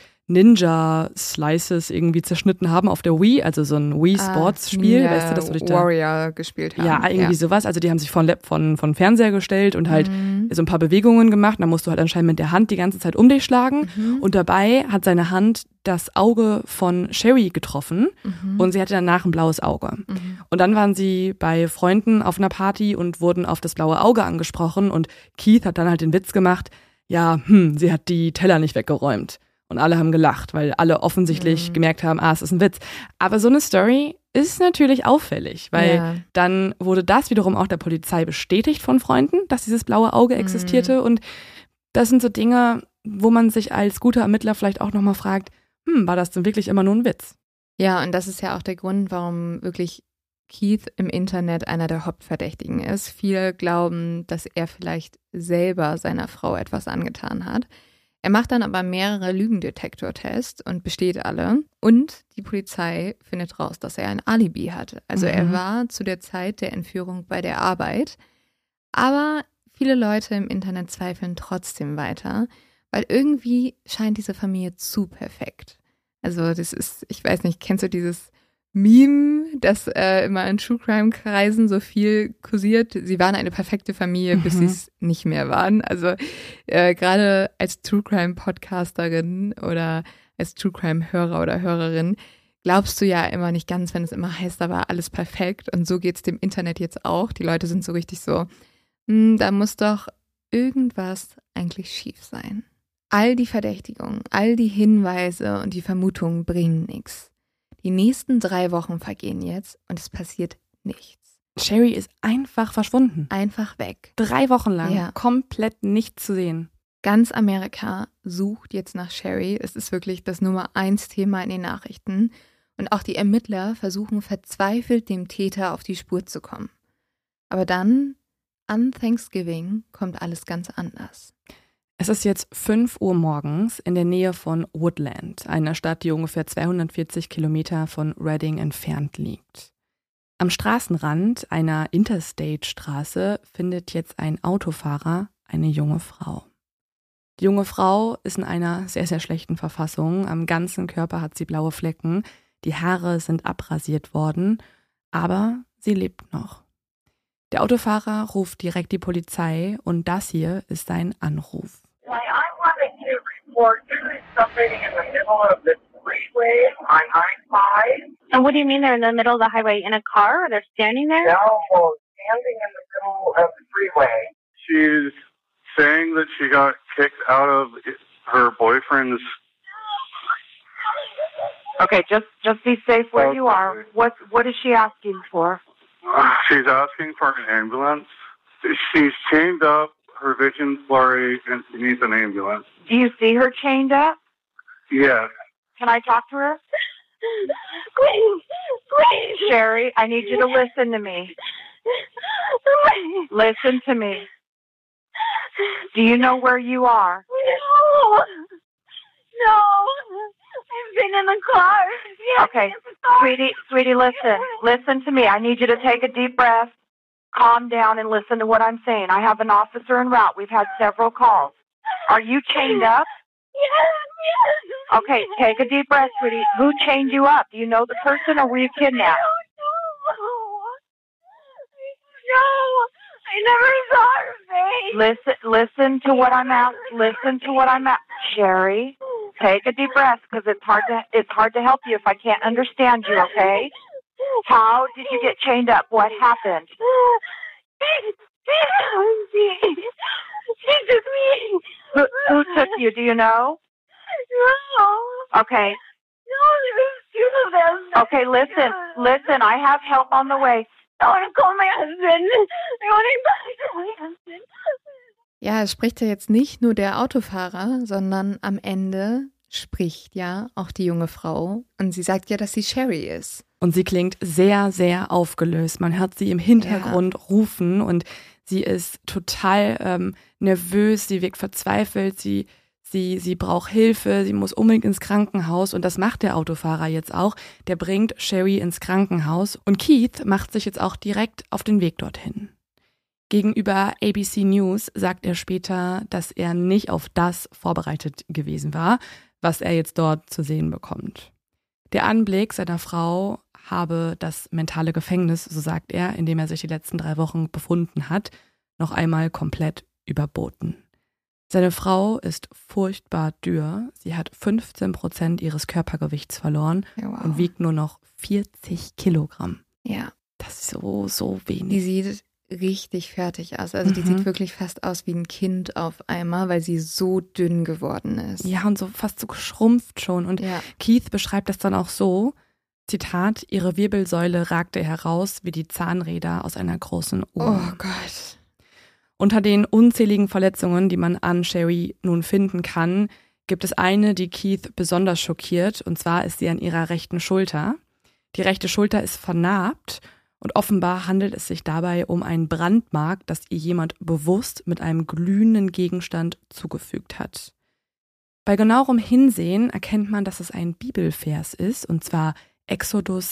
Ninja-Slices irgendwie zerschnitten haben auf der Wii, also so ein Wii-Sports-Spiel. Weißt du, dass du dich da Warrior gespielt haben. Ja, irgendwie sowas. Also die haben sich von Fernseher gestellt und halt so ein paar Bewegungen gemacht. Da musst du halt anscheinend mit der Hand die ganze Zeit um dich schlagen. Und dabei hat seine Hand das Auge von Sherry getroffen und sie hatte danach ein blaues Auge. Und dann waren sie bei Freunden auf einer Party und wurden auf das blaue Auge angesprochen und Keith hat dann halt den Witz gemacht, ja, sie hat die Teller nicht weggeräumt. Und alle haben gelacht, weil alle offensichtlich gemerkt haben, es ist ein Witz. Aber so eine Story ist natürlich auffällig, weil dann wurde das wiederum auch der Polizei bestätigt von Freunden, dass dieses blaue Auge existierte. Und das sind so Dinge, wo man sich als guter Ermittler vielleicht auch nochmal fragt, war das denn wirklich immer nur ein Witz? Ja, und das ist ja auch der Grund, warum wirklich Keith im Internet einer der Hauptverdächtigen ist. Viele glauben, dass er vielleicht selber seiner Frau etwas angetan hat. Er macht dann aber mehrere Lügendetektortests und besteht alle. Und die Polizei findet raus, dass er ein Alibi hatte. Also er war zu der Zeit der Entführung bei der Arbeit. Aber viele Leute im Internet zweifeln trotzdem weiter, weil irgendwie scheint diese Familie zu perfekt. Also das ist, ich weiß nicht, kennst du dieses Meme, das immer in True Crime Kreisen so viel kursiert? Sie waren eine perfekte Familie, bis sie es nicht mehr waren. Also gerade als True Crime Podcasterin oder als True Crime Hörer oder Hörerin glaubst du ja immer nicht ganz, wenn es immer heißt, da war alles perfekt. Und so geht's dem Internet jetzt auch. Die Leute sind so richtig so, da muss doch irgendwas eigentlich schief sein. All die Verdächtigungen, all die Hinweise und die Vermutungen bringen nichts. Die nächsten 3 Wochen vergehen jetzt und es passiert nichts. Sherry ist einfach verschwunden. Einfach weg. 3 Wochen lang. Komplett nicht zu sehen. Ganz Amerika sucht jetzt nach Sherry. Es ist wirklich das Nummer 1 Thema in den Nachrichten. Und auch die Ermittler versuchen verzweifelt, dem Täter auf die Spur zu kommen. Aber dann, an Thanksgiving, kommt alles ganz anders. Es ist jetzt 5 Uhr morgens in der Nähe von Woodland, einer Stadt, die ungefähr 240 Kilometer von Redding entfernt liegt. Am Straßenrand einer Interstate-Straße findet jetzt ein Autofahrer eine junge Frau. Die junge Frau ist in einer sehr, sehr schlechten Verfassung. Am ganzen Körper hat sie blaue Flecken, die Haare sind abrasiert worden, aber sie lebt noch. Der Autofahrer ruft direkt die Polizei und das hier ist sein Anruf. I wanted to report something in the middle of the freeway on I-5. And what do you mean they're in the middle of the highway? In a car or they're standing there? No, standing in the middle of the freeway. She's saying that she got kicked out of her boyfriend's. Okay, just be safe where you are. What is she asking for? She's asking for an ambulance. She's chained up, her vision's blurry, and she needs an ambulance. Do you see her chained up? Yes. Can I talk to her? Please. Sherry, I need you to listen to me. Listen to me. Do you know where you are? No. I've been in the car. Okay, sweetie, listen. Listen to me. I need you to take a deep breath, calm down, and listen to what I'm saying. I have an officer en route. We've had several calls. Are you chained up? Yes. Okay, take a deep breath, sweetie. Who chained you up? Do you know the person or were you kidnapped? No, I never saw her face. Listen to what I'm at. Listen to what I'm at. Sherry, take a deep breath because it's hard to help you if I can't understand you, okay? How did you get chained up? What happened? She took me. Who took you? Do you know? No. Okay. No, there was 2 of them. Okay, listen. I have help on the way. I want to call my husband. I want to call my husband. Ja, es spricht ja jetzt nicht nur der Autofahrer, sondern am Ende spricht ja auch die junge Frau und sie sagt ja, dass sie Sherry ist. Und sie klingt sehr, sehr aufgelöst. Man hört sie im Hintergrund rufen und sie ist total nervös, sie wirkt verzweifelt, sie braucht Hilfe, sie muss unbedingt ins Krankenhaus und das macht der Autofahrer jetzt auch. Der bringt Sherry ins Krankenhaus und Keith macht sich jetzt auch direkt auf den Weg dorthin. Gegenüber ABC News sagt er später, dass er nicht auf das vorbereitet gewesen war, was er jetzt dort zu sehen bekommt. Der Anblick seiner Frau habe das mentale Gefängnis, so sagt er, in dem er sich die letzten 3 Wochen befunden hat, noch einmal komplett überboten. Seine Frau ist furchtbar dürr. Sie hat 15% ihres Körpergewichts verloren und wiegt nur noch 40 Kilogramm. Ja. Das ist so wenig. Die sieht richtig fertig aus. Also die sieht wirklich fast aus wie ein Kind auf einmal, weil sie so dünn geworden ist. Ja, und so fast so geschrumpft schon. Und Keith beschreibt das dann auch so, Zitat, ihre Wirbelsäule ragte heraus wie die Zahnräder aus einer großen Uhr. Oh Gott. Unter den unzähligen Verletzungen, die man an Sherry nun finden kann, gibt es eine, die Keith besonders schockiert, und zwar ist sie an ihrer rechten Schulter. Die rechte Schulter ist vernarbt und offenbar handelt es sich dabei um ein Brandmark, das ihr jemand bewusst mit einem glühenden Gegenstand zugefügt hat. Bei genauerem Hinsehen erkennt man, dass es ein Bibelvers ist, und zwar Exodus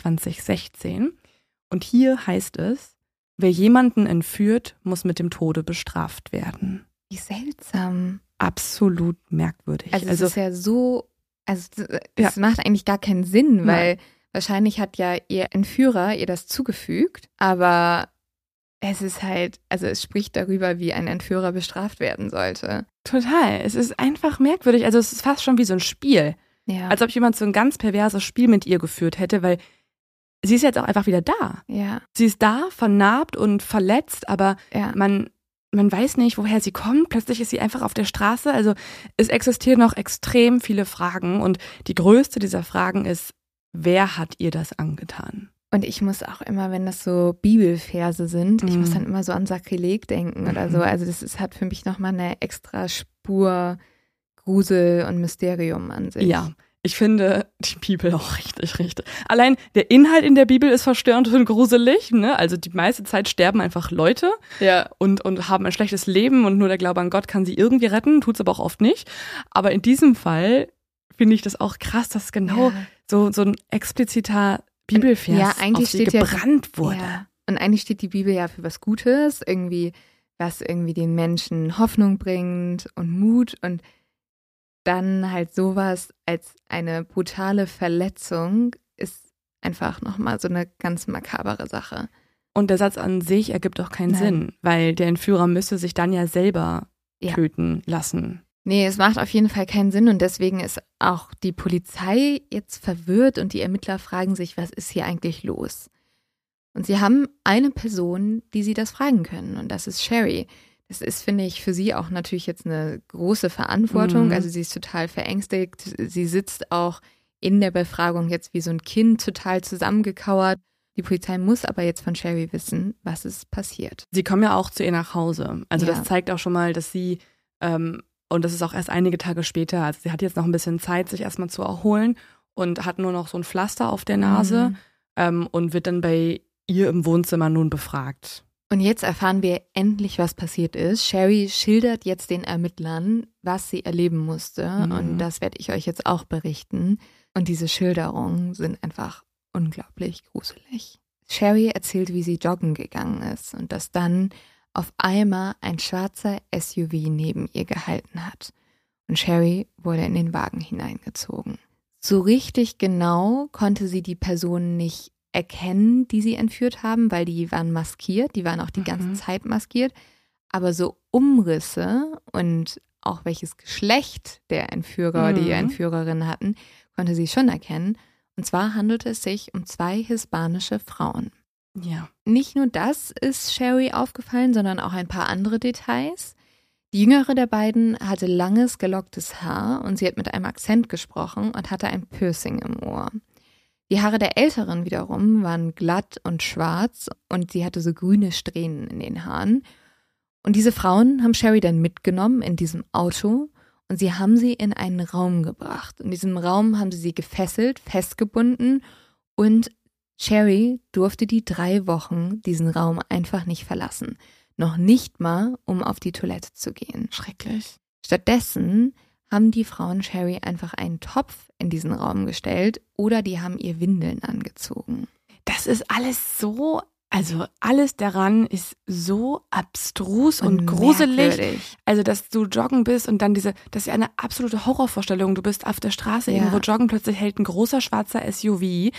21,16. Und hier heißt es, wer jemanden entführt, muss mit dem Tode bestraft werden. Wie seltsam. Absolut merkwürdig. Also es ist ja so, es macht eigentlich gar keinen Sinn, weil wahrscheinlich hat ja ihr Entführer ihr das zugefügt, aber es ist halt, also es spricht darüber, wie ein Entführer bestraft werden sollte. Total, es ist einfach merkwürdig, also es ist fast schon wie so ein Spiel. Ja. Als ob jemand so ein ganz perverses Spiel mit ihr geführt hätte, weil sie ist jetzt auch einfach wieder da. Ja. Sie ist da, vernarbt und verletzt, aber man weiß nicht, woher sie kommt. Plötzlich ist sie einfach auf der Straße. Also es existieren noch extrem viele Fragen und die größte dieser Fragen ist, wer hat ihr das angetan? Und ich muss auch immer, wenn das so Bibelverse sind, ich muss dann immer so an Sakrileg denken oder so. Also hat für mich nochmal eine extra Spur Grusel und Mysterium an sich. Ja, ich finde die Bibel auch richtig. Allein der Inhalt in der Bibel ist verstörend und gruselig, ne? Also die meiste Zeit sterben einfach Leute und haben ein schlechtes Leben und nur der Glaube an Gott kann sie irgendwie retten, tut's aber auch oft nicht. Aber in diesem Fall finde ich das auch krass, dass genau so ein expliziter Bibelvers auf sie gebrannt wurde. Ja. Und eigentlich steht die Bibel ja für was Gutes, irgendwie, was irgendwie den Menschen Hoffnung bringt und Mut, und dann halt sowas als eine brutale Verletzung ist einfach nochmal so eine ganz makabere Sache. Und der Satz an sich ergibt auch keinen Sinn, weil der Entführer müsste sich dann ja selber töten lassen. Nee, es macht auf jeden Fall keinen Sinn und deswegen ist auch die Polizei jetzt verwirrt und die Ermittler fragen sich, was ist hier eigentlich los? Und sie haben eine Person, die sie das fragen können, und das ist Sherry. Das ist, finde ich, für sie auch natürlich jetzt eine große Verantwortung. Also sie ist total verängstigt. Sie sitzt auch in der Befragung jetzt wie so ein Kind total zusammengekauert. Die Polizei muss aber jetzt von Sherry wissen, was ist passiert. Sie kommen ja auch zu ihr nach Hause. Also das zeigt auch schon mal, dass sie, und das ist auch erst einige Tage später, also sie hat jetzt noch ein bisschen Zeit, sich erstmal zu erholen und hat nur noch so ein Pflaster auf der Nase und wird dann bei ihr im Wohnzimmer nun befragt. Und jetzt erfahren wir endlich, was passiert ist. Sherry schildert jetzt den Ermittlern, was sie erleben musste. Und das werde ich euch jetzt auch berichten. Und diese Schilderungen sind einfach unglaublich gruselig. Sherry erzählt, wie sie joggen gegangen ist und dass dann auf einmal ein schwarzer SUV neben ihr gehalten hat. Und Sherry wurde in den Wagen hineingezogen. So richtig genau konnte sie die Person nicht erkennen, die sie entführt haben, weil die waren maskiert, die waren auch die ganze Zeit maskiert, aber so Umrisse und auch welches Geschlecht der Entführer oder die Entführerin hatten, konnte sie schon erkennen. Und zwar handelte es sich um 2 hispanische Frauen. Ja. Nicht nur das ist Sherry aufgefallen, sondern auch ein paar andere Details. Die jüngere der beiden hatte langes, gelocktes Haar und sie hat mit einem Akzent gesprochen und hatte ein Piercing im Ohr. Die Haare der Älteren wiederum waren glatt und schwarz und sie hatte so grüne Strähnen in den Haaren. Und diese Frauen haben Sherry dann mitgenommen in diesem Auto und sie haben sie in einen Raum gebracht. In diesem Raum haben sie gefesselt, festgebunden und Sherry durfte die 3 Wochen diesen Raum einfach nicht verlassen. Noch nicht mal, um auf die Toilette zu gehen. Schrecklich. Stattdessen haben die Frauen Sherry einfach einen Topf in diesen Raum gestellt oder die haben ihr Windeln angezogen. Das ist alles so, also alles daran ist so abstrus und gruselig. Merkwürdig. Also, dass du joggen bist und dann das ist ja eine absolute Horrorvorstellung. Du bist auf der Straße irgendwo joggen, plötzlich hält ein großer schwarzer SUV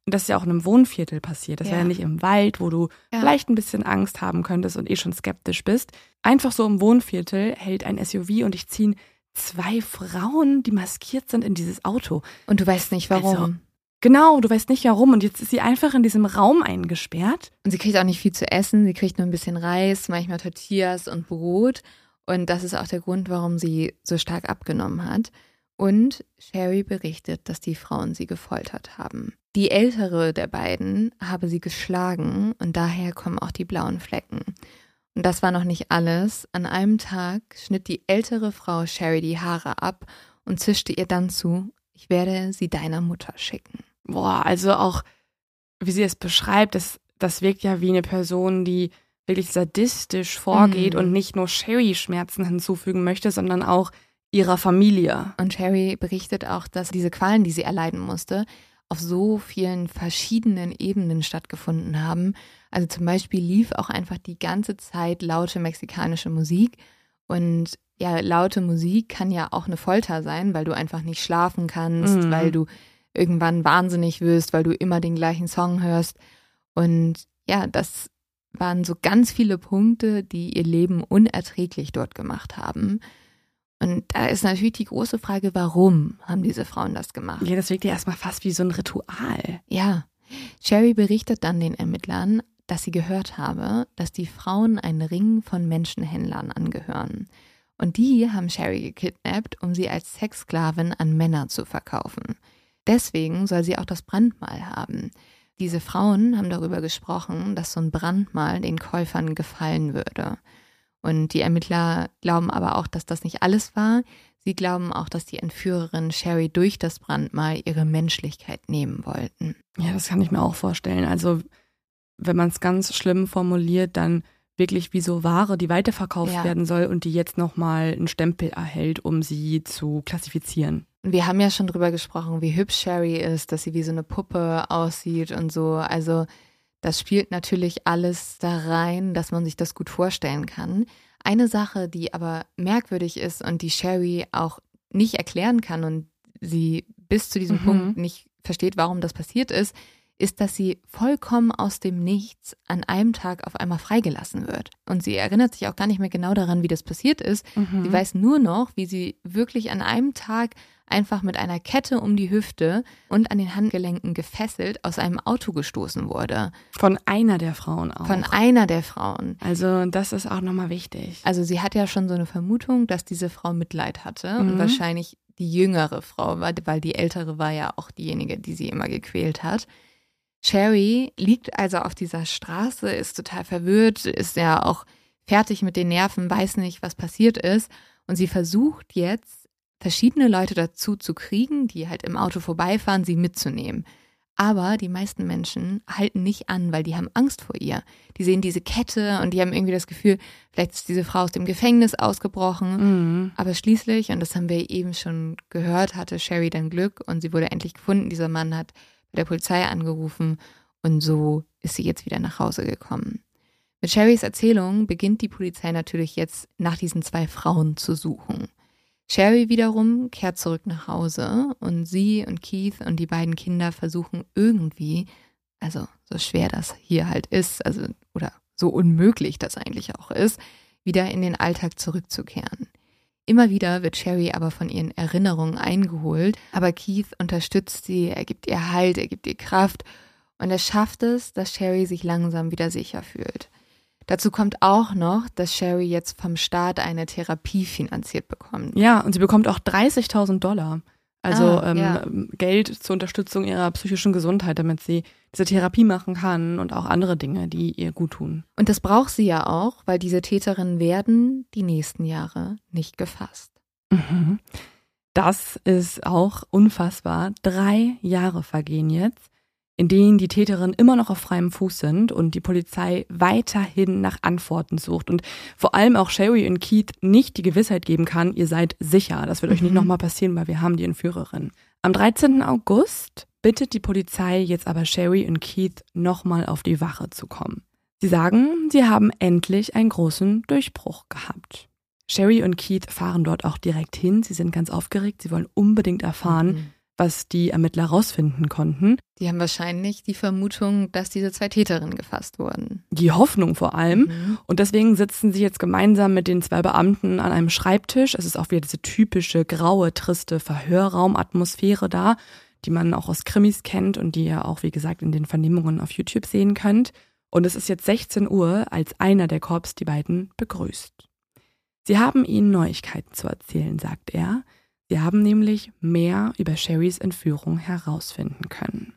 Und das ist ja auch in einem Wohnviertel passiert. Das wäre ja nicht im Wald, wo du vielleicht ein bisschen Angst haben könntest und schon skeptisch bist. Einfach so im Wohnviertel hält ein SUV und dich ziehen 2 Frauen, die maskiert sind, in dieses Auto. Und du weißt nicht, warum. Also, genau, du weißt nicht, warum. Und jetzt ist sie einfach in diesem Raum eingesperrt. Und sie kriegt auch nicht viel zu essen. Sie kriegt nur ein bisschen Reis, manchmal Tortillas und Brot. Und das ist auch der Grund, warum sie so stark abgenommen hat. Und Sherry berichtet, dass die Frauen sie gefoltert haben. Die ältere der beiden habe sie geschlagen und daher kommen auch die blauen Flecken. Und das war noch nicht alles. An einem Tag schnitt die ältere Frau Sherry die Haare ab und zischte ihr dann zu, ich werde sie deiner Mutter schicken. Boah, also auch, wie sie es beschreibt, das wirkt ja wie eine Person, die wirklich sadistisch vorgeht und nicht nur Sherry Schmerzen hinzufügen möchte, sondern auch ihrer Familie. Und Sherry berichtet auch, dass diese Qualen, die sie erleiden musste, auf so vielen verschiedenen Ebenen stattgefunden haben. Also zum Beispiel lief auch einfach die ganze Zeit laute mexikanische Musik. Und ja, laute Musik kann ja auch eine Folter sein, weil du einfach nicht schlafen kannst, weil du irgendwann wahnsinnig wirst, weil du immer den gleichen Song hörst. Und ja, das waren so ganz viele Punkte, die ihr Leben unerträglich dort gemacht haben. Und da ist natürlich die große Frage, warum haben diese Frauen das gemacht? Ja, das wirkt ja erstmal fast wie so ein Ritual. Ja, Sherry berichtet dann den Ermittlern, dass sie gehört habe, dass die Frauen einen Ring von Menschenhändlern angehören. Und die haben Sherry gekidnappt, um sie als Sexsklavin an Männer zu verkaufen. Deswegen soll sie auch das Brandmal haben. Diese Frauen haben darüber gesprochen, dass so ein Brandmal den Käufern gefallen würde. Und die Ermittler glauben aber auch, dass das nicht alles war. Sie glauben auch, dass die Entführerin Sherry durch das Brandmal ihre Menschlichkeit nehmen wollten. Ja, das kann ich mir auch vorstellen. Also wenn man es ganz schlimm formuliert, dann wirklich wie so Ware, die weiterverkauft werden soll und die jetzt nochmal einen Stempel erhält, um sie zu klassifizieren. Wir haben ja schon drüber gesprochen, wie hübsch Sherry ist, dass sie wie so eine Puppe aussieht und so. Also das spielt natürlich alles da rein, dass man sich das gut vorstellen kann. Eine Sache, die aber merkwürdig ist und die Sherry auch nicht erklären kann und sie bis zu diesem Punkt nicht versteht, warum das passiert ist, dass sie vollkommen aus dem Nichts an einem Tag auf einmal freigelassen wird. Und sie erinnert sich auch gar nicht mehr genau daran, wie das passiert ist. Sie weiß nur noch, wie sie wirklich an einem Tag einfach mit einer Kette um die Hüfte und an den Handgelenken gefesselt aus einem Auto gestoßen wurde. Von einer der Frauen auch. Von einer der Frauen. Also das ist auch nochmal wichtig. Also sie hat ja schon so eine Vermutung, dass diese Frau Mitleid hatte und wahrscheinlich die jüngere Frau war, weil die ältere war ja auch diejenige, die sie immer gequält hat. Sherry liegt also auf dieser Straße, ist total verwirrt, ist ja auch fertig mit den Nerven, weiß nicht, was passiert ist. Und sie versucht jetzt, verschiedene Leute dazu zu kriegen, die halt im Auto vorbeifahren, sie mitzunehmen. Aber die meisten Menschen halten nicht an, weil die haben Angst vor ihr. Die sehen diese Kette und die haben irgendwie das Gefühl, vielleicht ist diese Frau aus dem Gefängnis ausgebrochen. Aber schließlich, und das haben wir eben schon gehört, hatte Sherry dann Glück und sie wurde endlich gefunden. Dieser Mann hat bei der Polizei angerufen und so ist sie jetzt wieder nach Hause gekommen. Mit Sherrys Erzählung beginnt die Polizei natürlich jetzt nach diesen 2 Frauen zu suchen. Sherry wiederum kehrt zurück nach Hause und sie und Keith und die beiden Kinder versuchen irgendwie, also so schwer das hier halt ist, also oder so unmöglich das eigentlich auch ist, wieder in den Alltag zurückzukehren. Immer wieder wird Sherry aber von ihren Erinnerungen eingeholt, aber Keith unterstützt sie, er gibt ihr Halt, er gibt ihr Kraft und er schafft es, dass Sherry sich langsam wieder sicher fühlt. Dazu kommt auch noch, dass Sherry jetzt vom Staat eine Therapie finanziert bekommt. Ja, und sie bekommt auch $30.000. Also Geld zur Unterstützung ihrer psychischen Gesundheit, damit sie diese Therapie machen kann und auch andere Dinge, die ihr gut tun. Und das braucht sie ja auch, weil diese Täterinnen werden die nächsten Jahre nicht gefasst. Das ist auch unfassbar. 3 Jahre vergehen jetzt, in denen die Täterinnen immer noch auf freiem Fuß sind und die Polizei weiterhin nach Antworten sucht und vor allem auch Sherry und Keith nicht die Gewissheit geben kann, ihr seid sicher, das wird euch nicht nochmal passieren, weil wir haben die Entführerin. Am 13. August bittet die Polizei jetzt aber Sherry und Keith nochmal auf die Wache zu kommen. Sie sagen, sie haben endlich einen großen Durchbruch gehabt. Sherry und Keith fahren dort auch direkt hin, sie sind ganz aufgeregt, sie wollen unbedingt erfahren, was die Ermittler rausfinden konnten. Die haben wahrscheinlich die Vermutung, dass diese 2 Täterinnen gefasst wurden. Die Hoffnung vor allem. Und deswegen sitzen sie jetzt gemeinsam mit den 2 Beamten an einem Schreibtisch. Es ist auch wieder diese typische graue, triste Verhörraumatmosphäre da, die man auch aus Krimis kennt und die ihr auch, wie gesagt, in den Vernehmungen auf YouTube sehen könnt. Und es ist jetzt 16 Uhr, als einer der Cops die beiden begrüßt. Sie haben ihnen Neuigkeiten zu erzählen, sagt er. Sie haben nämlich mehr über Sherrys Entführung herausfinden können.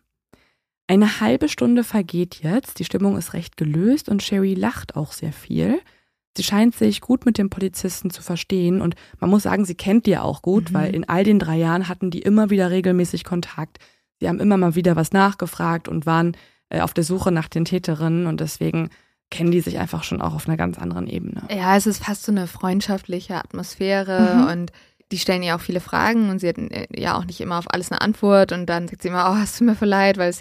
Eine halbe Stunde vergeht jetzt, die Stimmung ist recht gelöst und Sherry lacht auch sehr viel. Sie scheint sich gut mit dem Polizisten zu verstehen und man muss sagen, sie kennt die ja auch gut, weil in all den 3 Jahren hatten die immer wieder regelmäßig Kontakt. Sie haben immer mal wieder was nachgefragt und waren auf der Suche nach den Täterinnen und deswegen kennen die sich einfach schon auch auf einer ganz anderen Ebene. Ja, es ist fast so eine freundschaftliche Atmosphäre und die stellen ihr auch viele Fragen und sie hatten ja auch nicht immer auf alles eine Antwort und dann sagt sie immer, oh, es tut mir voll leid, weil es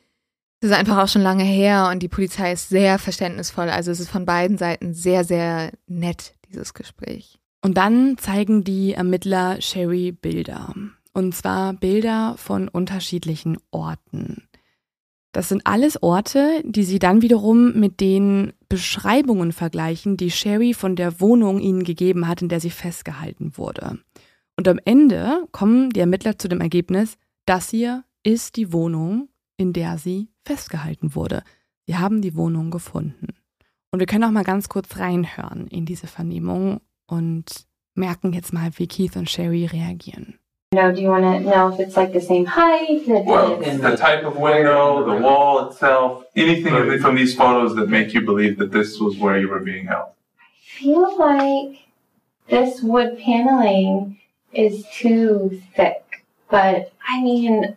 ist einfach auch schon lange her und die Polizei ist sehr verständnisvoll. Also es ist von beiden Seiten sehr, sehr nett, dieses Gespräch. Und dann zeigen die Ermittler Sherry Bilder. Und zwar Bilder von unterschiedlichen Orten. Das sind alles Orte, die sie dann wiederum mit den Beschreibungen vergleichen, die Sherry von der Wohnung ihnen gegeben hat, in der sie festgehalten wurde. Und am Ende kommen die Ermittler zu dem Ergebnis, das hier ist die Wohnung, in der sie festgehalten wurde. Sie haben die Wohnung gefunden. Und wir können auch mal ganz kurz reinhören in diese Vernehmung und merken jetzt mal, wie Keith und Sherry reagieren. Do you want to know if it's like the same height? Well, the type of window, the wall itself, anything from these photos that make you believe that this was where you were being held? I feel like this wood paneling is too thick, but I mean,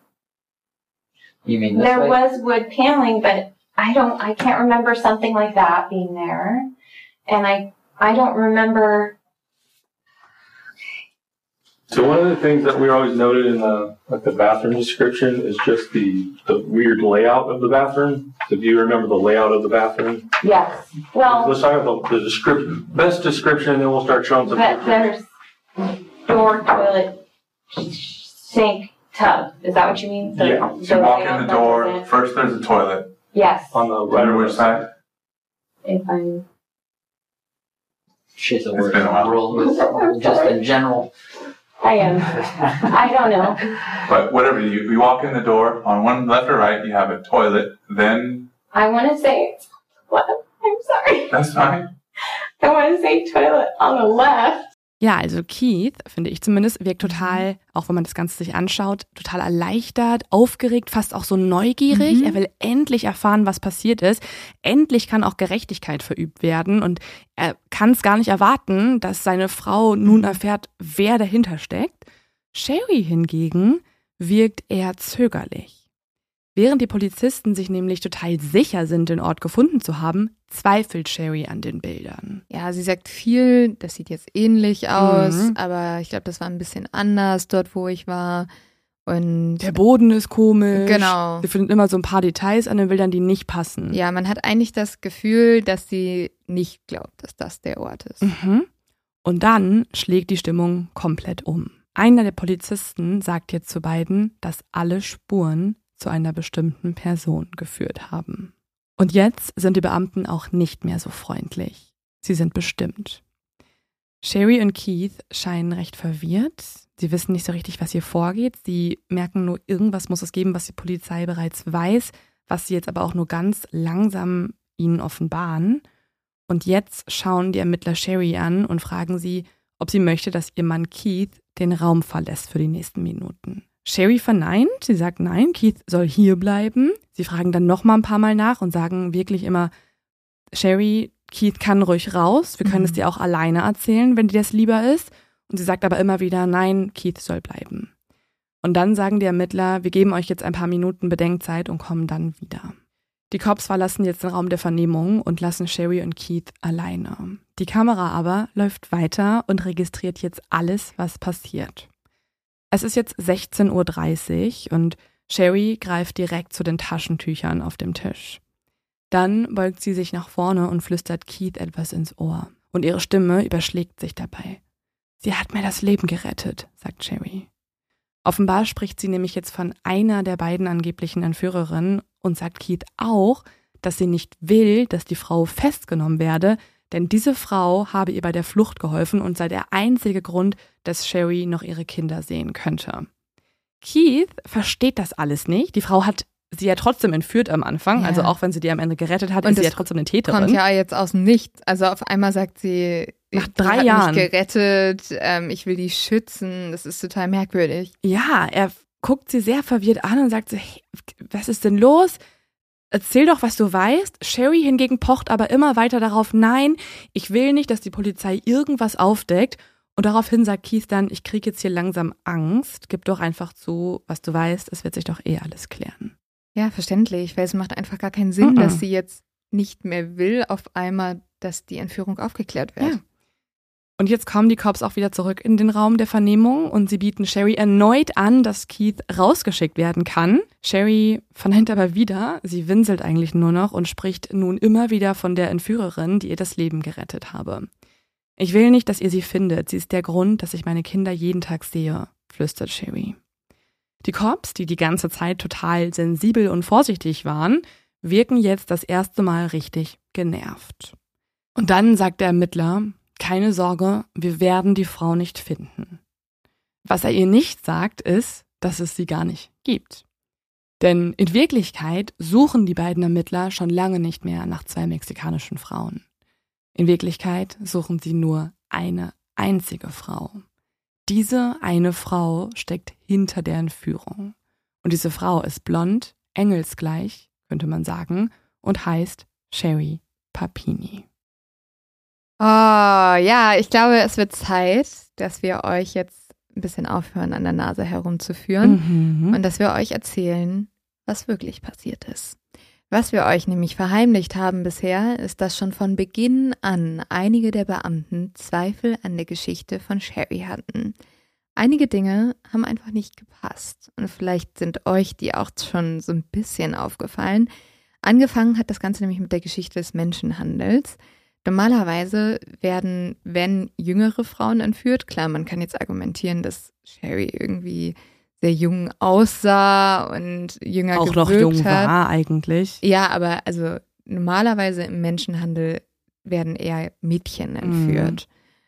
You mean this there way? was wood paneling, but I can't remember something like that being there. And I don't remember. So one of the things that we always noted in the bathroom description is just the weird layout of the bathroom. So do you remember the layout of the bathroom? Yes. Well, Let's talk about the description, best description, and then we'll start showing some but pictures. there's door, toilet, sink, tub. Is that what you mean? Yeah. So you walk in layout the that door, doesn't- first there's a toilet. Yes. On the Right on which side? If I'm. Shit's a It's word been a while. world with just in general. I am. I don't know. But whatever, you walk in the door, on one left or right, you have a toilet, then, I want to say. What? I'm sorry. that's fine. I want to say toilet on the left. Ja, also Keith, finde ich zumindest, wirkt total, auch wenn man das Ganze sich anschaut, total erleichtert, aufgeregt, fast auch so neugierig. Er will endlich erfahren, was passiert ist. Endlich kann auch Gerechtigkeit verübt werden und er kann es gar nicht erwarten, dass seine Frau nun erfährt, wer dahinter steckt. Sherry hingegen wirkt eher zögerlich. Während die Polizisten sich nämlich total sicher sind, den Ort gefunden zu haben, zweifelt Sherry an den Bildern. Ja, sie sagt viel, das sieht jetzt ähnlich aus, aber ich glaube, das war ein bisschen anders dort, wo ich war. Und Der Boden ist komisch. Genau. Sie findet immer so ein paar Details an den Bildern, die nicht passen. ja, man hat eigentlich das Gefühl, dass sie nicht glaubt, dass das der Ort ist. Und dann schlägt die Stimmung komplett um. Einer der Polizisten sagt jetzt zu beiden, dass alle Spuren zu einer bestimmten Person geführt haben. Und jetzt sind die Beamten auch nicht mehr so freundlich. Sie sind bestimmt. Sherry und Keith scheinen recht verwirrt. Sie wissen nicht so richtig, was hier vorgeht. Sie merken nur, irgendwas muss es geben, was die Polizei bereits weiß, was sie jetzt aber auch nur ganz langsam ihnen offenbaren. Und jetzt schauen die Ermittler Sherry an und fragen sie, ob sie möchte, dass ihr Mann Keith den Raum verlässt für die nächsten Minuten. Sherry verneint, sie sagt nein, Keith soll hier bleiben. Sie fragen dann noch mal ein paar Mal nach und sagen wirklich immer, Sherry, Keith kann ruhig raus, wir können es dir auch alleine erzählen, wenn dir das lieber ist. Und sie sagt aber immer wieder, nein, Keith soll bleiben. Und dann sagen die Ermittler, wir geben euch jetzt ein paar Minuten Bedenkzeit und kommen dann wieder. Die Cops verlassen jetzt den Raum der Vernehmung und lassen Sherry und Keith alleine. Die Kamera aber läuft weiter und registriert jetzt alles, was passiert. Es ist jetzt 16:30 Uhr und Sherry greift direkt zu den Taschentüchern auf dem Tisch. Dann beugt sie sich nach vorne und flüstert Keith etwas ins Ohr. Und ihre Stimme überschlägt sich dabei. Sie hat mir das Leben gerettet, sagt Sherry. Offenbar spricht sie nämlich jetzt von einer der beiden angeblichen Entführerinnen und sagt Keith auch, dass sie nicht will, dass die Frau festgenommen werde, denn diese Frau habe ihr bei der Flucht geholfen und sei der einzige Grund, dass Sherry noch ihre Kinder sehen könnte. Keith versteht das alles nicht. Die Frau hat sie ja trotzdem entführt am Anfang, also auch wenn sie die am Ende gerettet hat, ist sie ja trotzdem eine Täterin. Kommt ja jetzt aus dem Nichts. Also auf einmal sagt sie, nach 3 Jahren mich gerettet, ich will die schützen. Das ist total merkwürdig. Ja, er guckt sie sehr verwirrt an und sagt so, hey, was ist denn los? Erzähl doch, was du weißt. Sherry hingegen pocht aber immer weiter darauf, nein, ich will nicht, dass die Polizei irgendwas aufdeckt. Und daraufhin sagt Keith dann, ich kriege jetzt hier langsam Angst. Gib doch einfach zu, was du weißt. Es wird sich doch alles klären. Ja, verständlich, weil es macht einfach gar keinen Sinn, dass sie jetzt nicht mehr will, auf einmal, dass die Entführung aufgeklärt wird. Ja. Und jetzt kommen die Cops auch wieder zurück in den Raum der Vernehmung und sie bieten Sherry erneut an, dass Keith rausgeschickt werden kann. Sherry verneint aber wieder, sie winselt eigentlich nur noch und spricht nun immer wieder von der Entführerin, die ihr das Leben gerettet habe. Ich will nicht, dass ihr sie findet, sie ist der Grund, dass ich meine Kinder jeden Tag sehe, flüstert Sherry. Die Cops, die ganze Zeit total sensibel und vorsichtig waren, wirken jetzt das erste Mal richtig genervt. Und dann sagt der Ermittler, keine Sorge, wir werden die Frau nicht finden. Was er ihr nicht sagt, ist, dass es sie gar nicht gibt. Denn in Wirklichkeit suchen die beiden Ermittler schon lange nicht mehr nach 2 mexikanischen Frauen. In Wirklichkeit suchen sie nur eine einzige Frau. Diese eine Frau steckt hinter der Entführung. Und diese Frau ist blond, engelsgleich, könnte man sagen, und heißt Sherry Papini. Oh, ja, ich glaube, es wird Zeit, dass wir euch jetzt ein bisschen aufhören, an der Nase herumzuführen und dass wir euch erzählen, was wirklich passiert ist. Was wir euch nämlich verheimlicht haben bisher, ist, dass schon von Beginn an einige der Beamten Zweifel an der Geschichte von Sherry hatten. Einige Dinge haben einfach nicht gepasst und vielleicht sind euch die auch schon so ein bisschen aufgefallen. Angefangen hat das Ganze nämlich mit der Geschichte des Menschenhandels. Normalerweise werden, wenn jüngere Frauen entführt, klar, man kann jetzt argumentieren, dass Sherry irgendwie sehr jung aussah und jünger gewirkt hat. Auch noch jung war eigentlich. Ja, aber also normalerweise im Menschenhandel werden eher Mädchen entführt.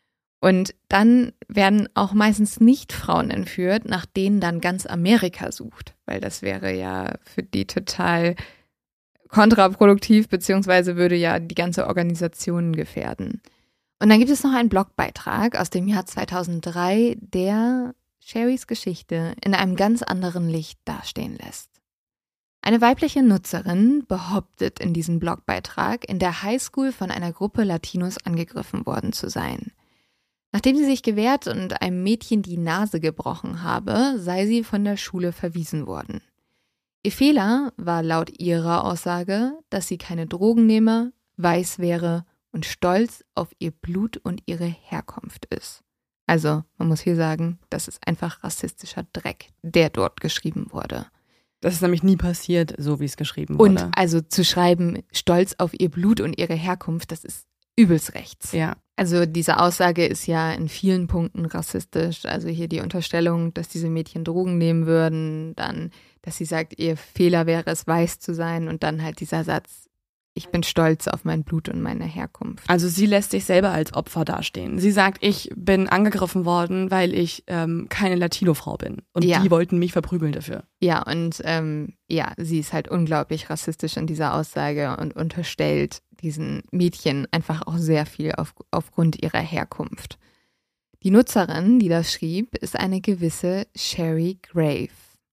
Und dann werden auch meistens nicht Frauen entführt, nach denen dann ganz Amerika sucht, weil das wäre ja für die total kontraproduktiv, beziehungsweise würde ja die ganze Organisation gefährden. Und dann gibt es noch einen Blogbeitrag aus dem Jahr 2003, der Sherrys Geschichte in einem ganz anderen Licht dastehen lässt. Eine weibliche Nutzerin behauptet in diesem Blogbeitrag, in der Highschool von einer Gruppe Latinos angegriffen worden zu sein. Nachdem sie sich gewehrt und einem Mädchen die Nase gebrochen habe, sei sie von der Schule verwiesen worden. Ihr Fehler war laut ihrer Aussage, dass sie keine Drogen nehme, weiß wäre und stolz auf ihr Blut und ihre Herkunft ist. Also, man muss hier sagen, das ist einfach rassistischer Dreck, der dort geschrieben wurde. Das ist nämlich nie passiert, so wie es geschrieben wurde. Und also zu schreiben, stolz auf ihr Blut und ihre Herkunft, das ist übelst rechts. Ja. Also diese Aussage ist ja in vielen Punkten rassistisch. Also hier die Unterstellung, dass diese Mädchen Drogen nehmen würden, dann, dass sie sagt, ihr Fehler wäre es, weiß zu sein und dann halt dieser Satz, ich bin stolz auf mein Blut und meine Herkunft. Also sie lässt sich selber als Opfer dastehen. Sie sagt, ich bin angegriffen worden, weil ich keine Latino-Frau bin. Und die wollten mich verprügeln dafür. Ja, und sie ist halt unglaublich rassistisch in dieser Aussage und unterstellt diesen Mädchen einfach auch sehr viel aufgrund ihrer Herkunft. Die Nutzerin, die das schrieb, ist eine gewisse Sherry Grave.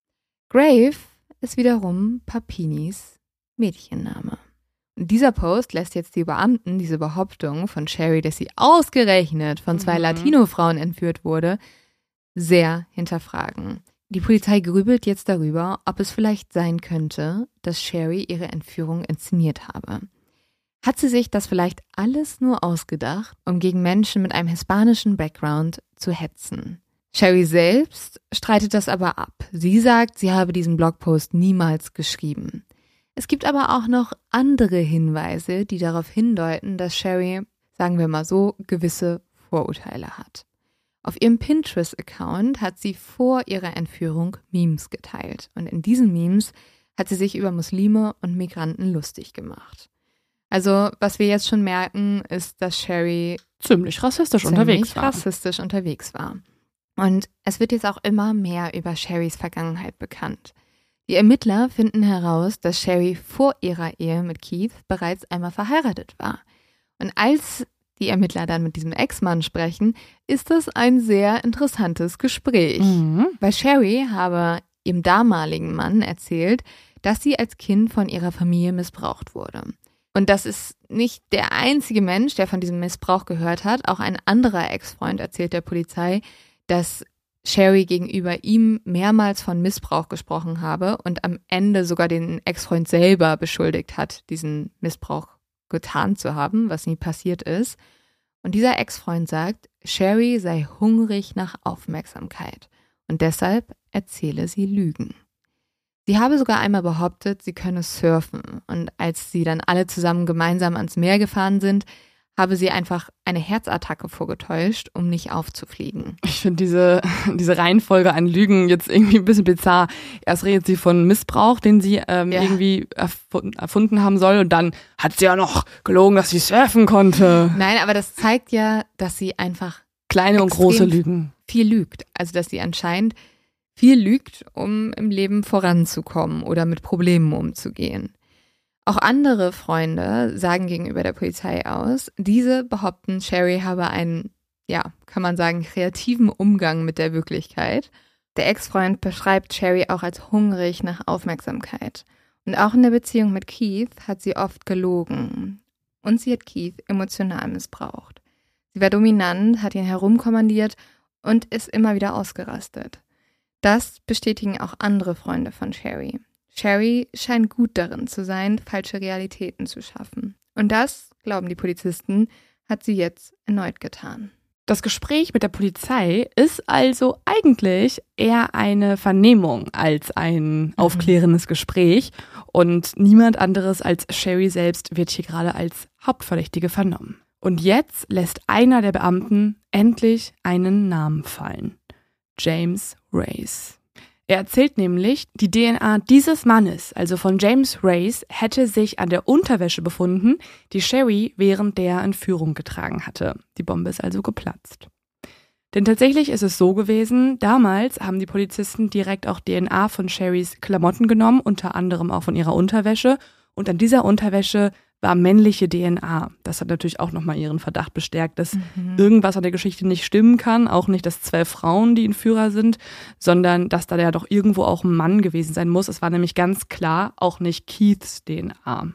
Grave ist wiederum Papinis Mädchenname. Und dieser Post lässt jetzt die Beamten diese Behauptung von Sherry, dass sie ausgerechnet von 2 Latino-Frauen entführt wurde, sehr hinterfragen. Die Polizei grübelt jetzt darüber, ob es vielleicht sein könnte, dass Sherry ihre Entführung inszeniert habe. Hat sie sich das vielleicht alles nur ausgedacht, um gegen Menschen mit einem hispanischen Background zu hetzen? Sherry selbst streitet das aber ab. Sie sagt, sie habe diesen Blogpost niemals geschrieben. Es gibt aber auch noch andere Hinweise, die darauf hindeuten, dass Sherry, sagen wir mal so, gewisse Vorurteile hat. Auf ihrem Pinterest-Account hat sie vor ihrer Entführung Memes geteilt. Und in diesen Memes hat sie sich über Muslime und Migranten lustig gemacht. Also, was wir jetzt schon merken, ist, dass Sherry ziemlich rassistisch unterwegs war. Und es wird jetzt auch immer mehr über Sherrys Vergangenheit bekannt. Die Ermittler finden heraus, dass Sherry vor ihrer Ehe mit Keith bereits einmal verheiratet war. Und als die Ermittler dann mit diesem Ex-Mann sprechen, ist das ein sehr interessantes Gespräch. Weil Sherry habe ihrem damaligen Mann erzählt, dass sie als Kind von ihrer Familie missbraucht wurde. Und das ist nicht der einzige Mensch, der von diesem Missbrauch gehört hat. Auch ein anderer Ex-Freund erzählt der Polizei, dass Sherry gegenüber ihm mehrmals von Missbrauch gesprochen habe und am Ende sogar den Ex-Freund selber beschuldigt hat, diesen Missbrauch getan zu haben, was nie passiert ist. Und dieser Ex-Freund sagt, Sherry sei hungrig nach Aufmerksamkeit und deshalb erzähle sie Lügen. Sie habe sogar einmal behauptet, sie könne surfen und als sie dann alle zusammen gemeinsam ans Meer gefahren sind, habe sie einfach eine Herzattacke vorgetäuscht, um nicht aufzufliegen. Ich finde diese Reihenfolge an Lügen jetzt irgendwie ein bisschen bizarr. Erst redet sie von Missbrauch, den sie irgendwie erfunden haben soll und dann hat sie ja noch gelogen, dass sie surfen konnte. Nein, aber das zeigt ja, dass sie einfach kleine und große Lügen viel lügt. Also dass sie anscheinend viel lügt, um im Leben voranzukommen oder mit Problemen umzugehen. Auch andere Freunde sagen gegenüber der Polizei aus, diese behaupten, Sherry habe einen, kann man sagen, kreativen Umgang mit der Wirklichkeit. Der Ex-Freund beschreibt Sherry auch als hungrig nach Aufmerksamkeit. Und auch in der Beziehung mit Keith hat sie oft gelogen. Und sie hat Keith emotional missbraucht. Sie war dominant, hat ihn herumkommandiert und ist immer wieder ausgerastet. Das bestätigen auch andere Freunde von Sherry. Sherry scheint gut darin zu sein, falsche Realitäten zu schaffen. Und das, glauben die Polizisten, hat sie jetzt erneut getan. Das Gespräch mit der Polizei ist also eigentlich eher eine Vernehmung als ein aufklärendes Gespräch. Und niemand anderes als Sherry selbst wird hier gerade als Hauptverdächtige vernommen. Und jetzt lässt einer der Beamten endlich einen Namen fallen. James Race. Er erzählt nämlich, die DNA dieses Mannes, also von James Race, hätte sich an der Unterwäsche befunden, die Sherry während der Entführung getragen hatte. Die Bombe ist also geplatzt. Denn tatsächlich ist es so gewesen, damals haben die Polizisten direkt auch DNA von Sherrys Klamotten genommen, unter anderem auch von ihrer Unterwäsche. Und an dieser Unterwäsche war männliche DNA. Das hat natürlich auch nochmal ihren Verdacht bestärkt, dass irgendwas an der Geschichte nicht stimmen kann. Auch nicht, dass 12 Frauen die Entführer sind, sondern dass da ja doch irgendwo auch ein Mann gewesen sein muss. Es war nämlich ganz klar auch nicht Keiths DNA.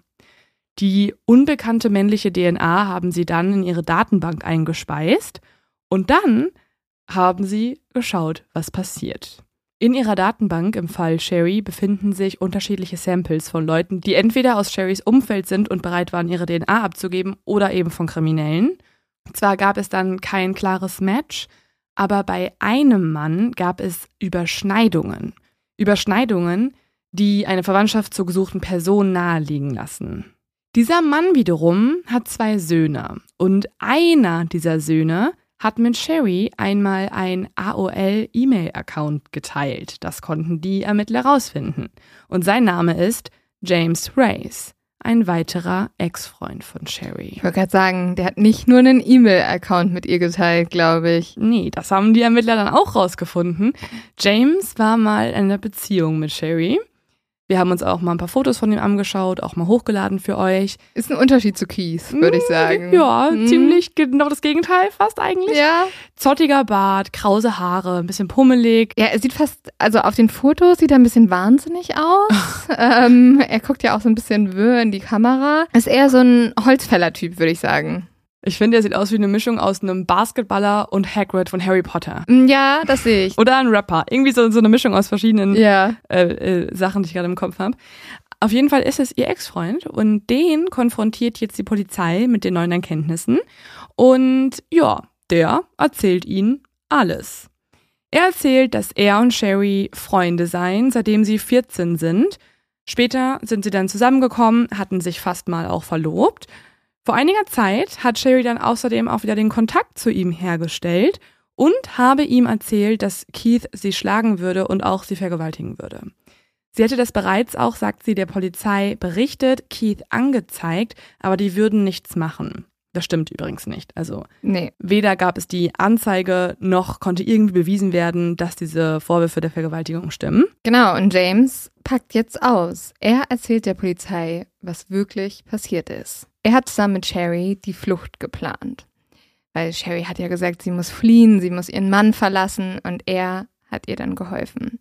Die unbekannte männliche DNA haben sie dann in ihre Datenbank eingespeist und dann haben sie geschaut, was passiert. In ihrer Datenbank im Fall Sherry befinden sich unterschiedliche Samples von Leuten, die entweder aus Sherrys Umfeld sind und bereit waren, ihre DNA abzugeben oder eben von Kriminellen. Zwar gab es dann kein klares Match, aber bei einem Mann gab es Überschneidungen. Überschneidungen, die eine Verwandtschaft zur gesuchten Person naheliegen lassen. Dieser Mann wiederum hat 2 Söhne und einer dieser Söhne hat mit Sherry einmal ein AOL-E-Mail-Account geteilt. Das konnten die Ermittler rausfinden. Und sein Name ist James Race, ein weiterer Ex-Freund von Sherry. Ich wollte gerade sagen, der hat nicht nur einen E-Mail-Account mit ihr geteilt, glaube ich. Nee, das haben die Ermittler dann auch rausgefunden. James war mal in einer Beziehung mit Sherry. Wir haben uns auch mal ein paar Fotos von ihm angeschaut, auch mal hochgeladen für euch. Ist ein Unterschied zu Keith, würde ich sagen. Ja, ziemlich genau das Gegenteil fast eigentlich. Ja. Zottiger Bart, krause Haare, ein bisschen pummelig. Ja, er sieht fast, also auf den Fotos sieht er ein bisschen wahnsinnig aus. Er guckt ja auch so ein bisschen wirr in die Kamera. Ist eher so ein Holzfäller-Typ, würde ich sagen. Ich finde, er sieht aus wie eine Mischung aus einem Basketballer und Hagrid von Harry Potter. Ja, das sehe ich. Oder ein Rapper. Irgendwie so eine Mischung aus verschiedenen Sachen, die ich gerade im Kopf habe. Auf jeden Fall ist es ihr Ex-Freund und den konfrontiert jetzt die Polizei mit den neuen Erkenntnissen. Und ja, der erzählt ihnen alles. Er erzählt, dass er und Sherry Freunde seien, seitdem sie 14 sind. Später sind sie dann zusammengekommen, hatten sich fast mal auch verlobt. Vor einiger Zeit hat Sherry dann außerdem auch wieder den Kontakt zu ihm hergestellt und habe ihm erzählt, dass Keith sie schlagen würde und auch sie vergewaltigen würde. Sie hätte das bereits auch, sagt sie, der Polizei berichtet, Keith angezeigt, aber die würden nichts machen. Das stimmt übrigens nicht. Also weder gab es die Anzeige, noch konnte irgendwie bewiesen werden, dass diese Vorwürfe der Vergewaltigung stimmen. Genau, und James packt jetzt aus. Er erzählt der Polizei, was wirklich passiert ist. Er hat zusammen mit Sherry die Flucht geplant. Weil Sherry hat ja gesagt, sie muss fliehen, sie muss ihren Mann verlassen und er hat ihr dann geholfen.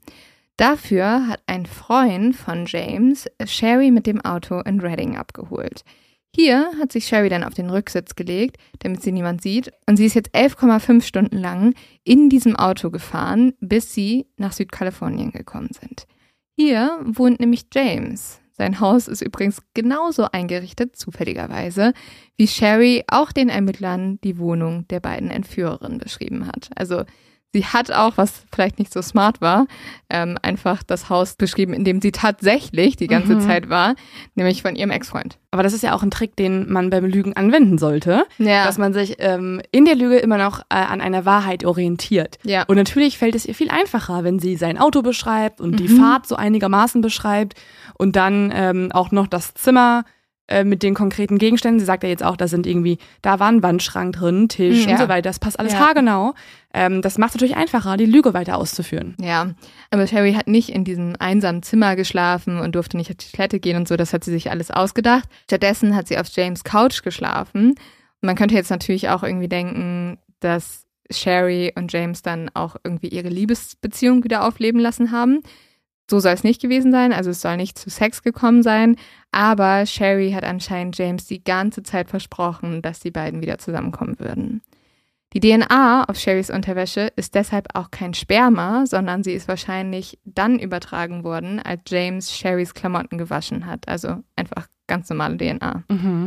Dafür hat ein Freund von James Sherry mit dem Auto in Reading abgeholt. Hier hat sich Sherry dann auf den Rücksitz gelegt, damit sie niemand sieht. Und sie ist jetzt 11,5 Stunden lang in diesem Auto gefahren, bis sie nach Südkalifornien gekommen sind. Hier wohnt nämlich James. Sein Haus ist übrigens genauso eingerichtet, zufälligerweise, wie Sherry auch den Ermittlern die Wohnung der beiden Entführerinnen beschrieben hat. Also sie hat auch, was vielleicht nicht so smart war, einfach das Haus beschrieben, in dem sie tatsächlich die ganze Zeit war, nämlich von ihrem Ex-Freund. Aber das ist ja auch ein Trick, den man beim Lügen anwenden sollte, dass man sich in der Lüge immer noch an einer Wahrheit orientiert. Ja. Und natürlich fällt es ihr viel einfacher, wenn sie sein Auto beschreibt und die Fahrt so einigermaßen beschreibt und dann auch noch das Zimmer mit den konkreten Gegenständen. Sie sagt ja jetzt auch, da war ein Wandschrank drin, Tisch und so weiter. Das passt alles haargenau. Das macht es natürlich einfacher, die Lüge weiter auszuführen. Ja, aber Sherry hat nicht in diesem einsamen Zimmer geschlafen und durfte nicht auf die Toilette gehen und so. Das hat sie sich alles ausgedacht. Stattdessen hat sie auf James' Couch geschlafen. Und man könnte jetzt natürlich auch irgendwie denken, dass Sherry und James dann auch irgendwie ihre Liebesbeziehung wieder aufleben lassen haben. So soll es nicht gewesen sein, also es soll nicht zu Sex gekommen sein, aber Sherry hat anscheinend James die ganze Zeit versprochen, dass die beiden wieder zusammenkommen würden. Die DNA auf Sherrys Unterwäsche ist deshalb auch kein Sperma, sondern sie ist wahrscheinlich dann übertragen worden, als James Sherrys Klamotten gewaschen hat, also einfach ganz normale DNA.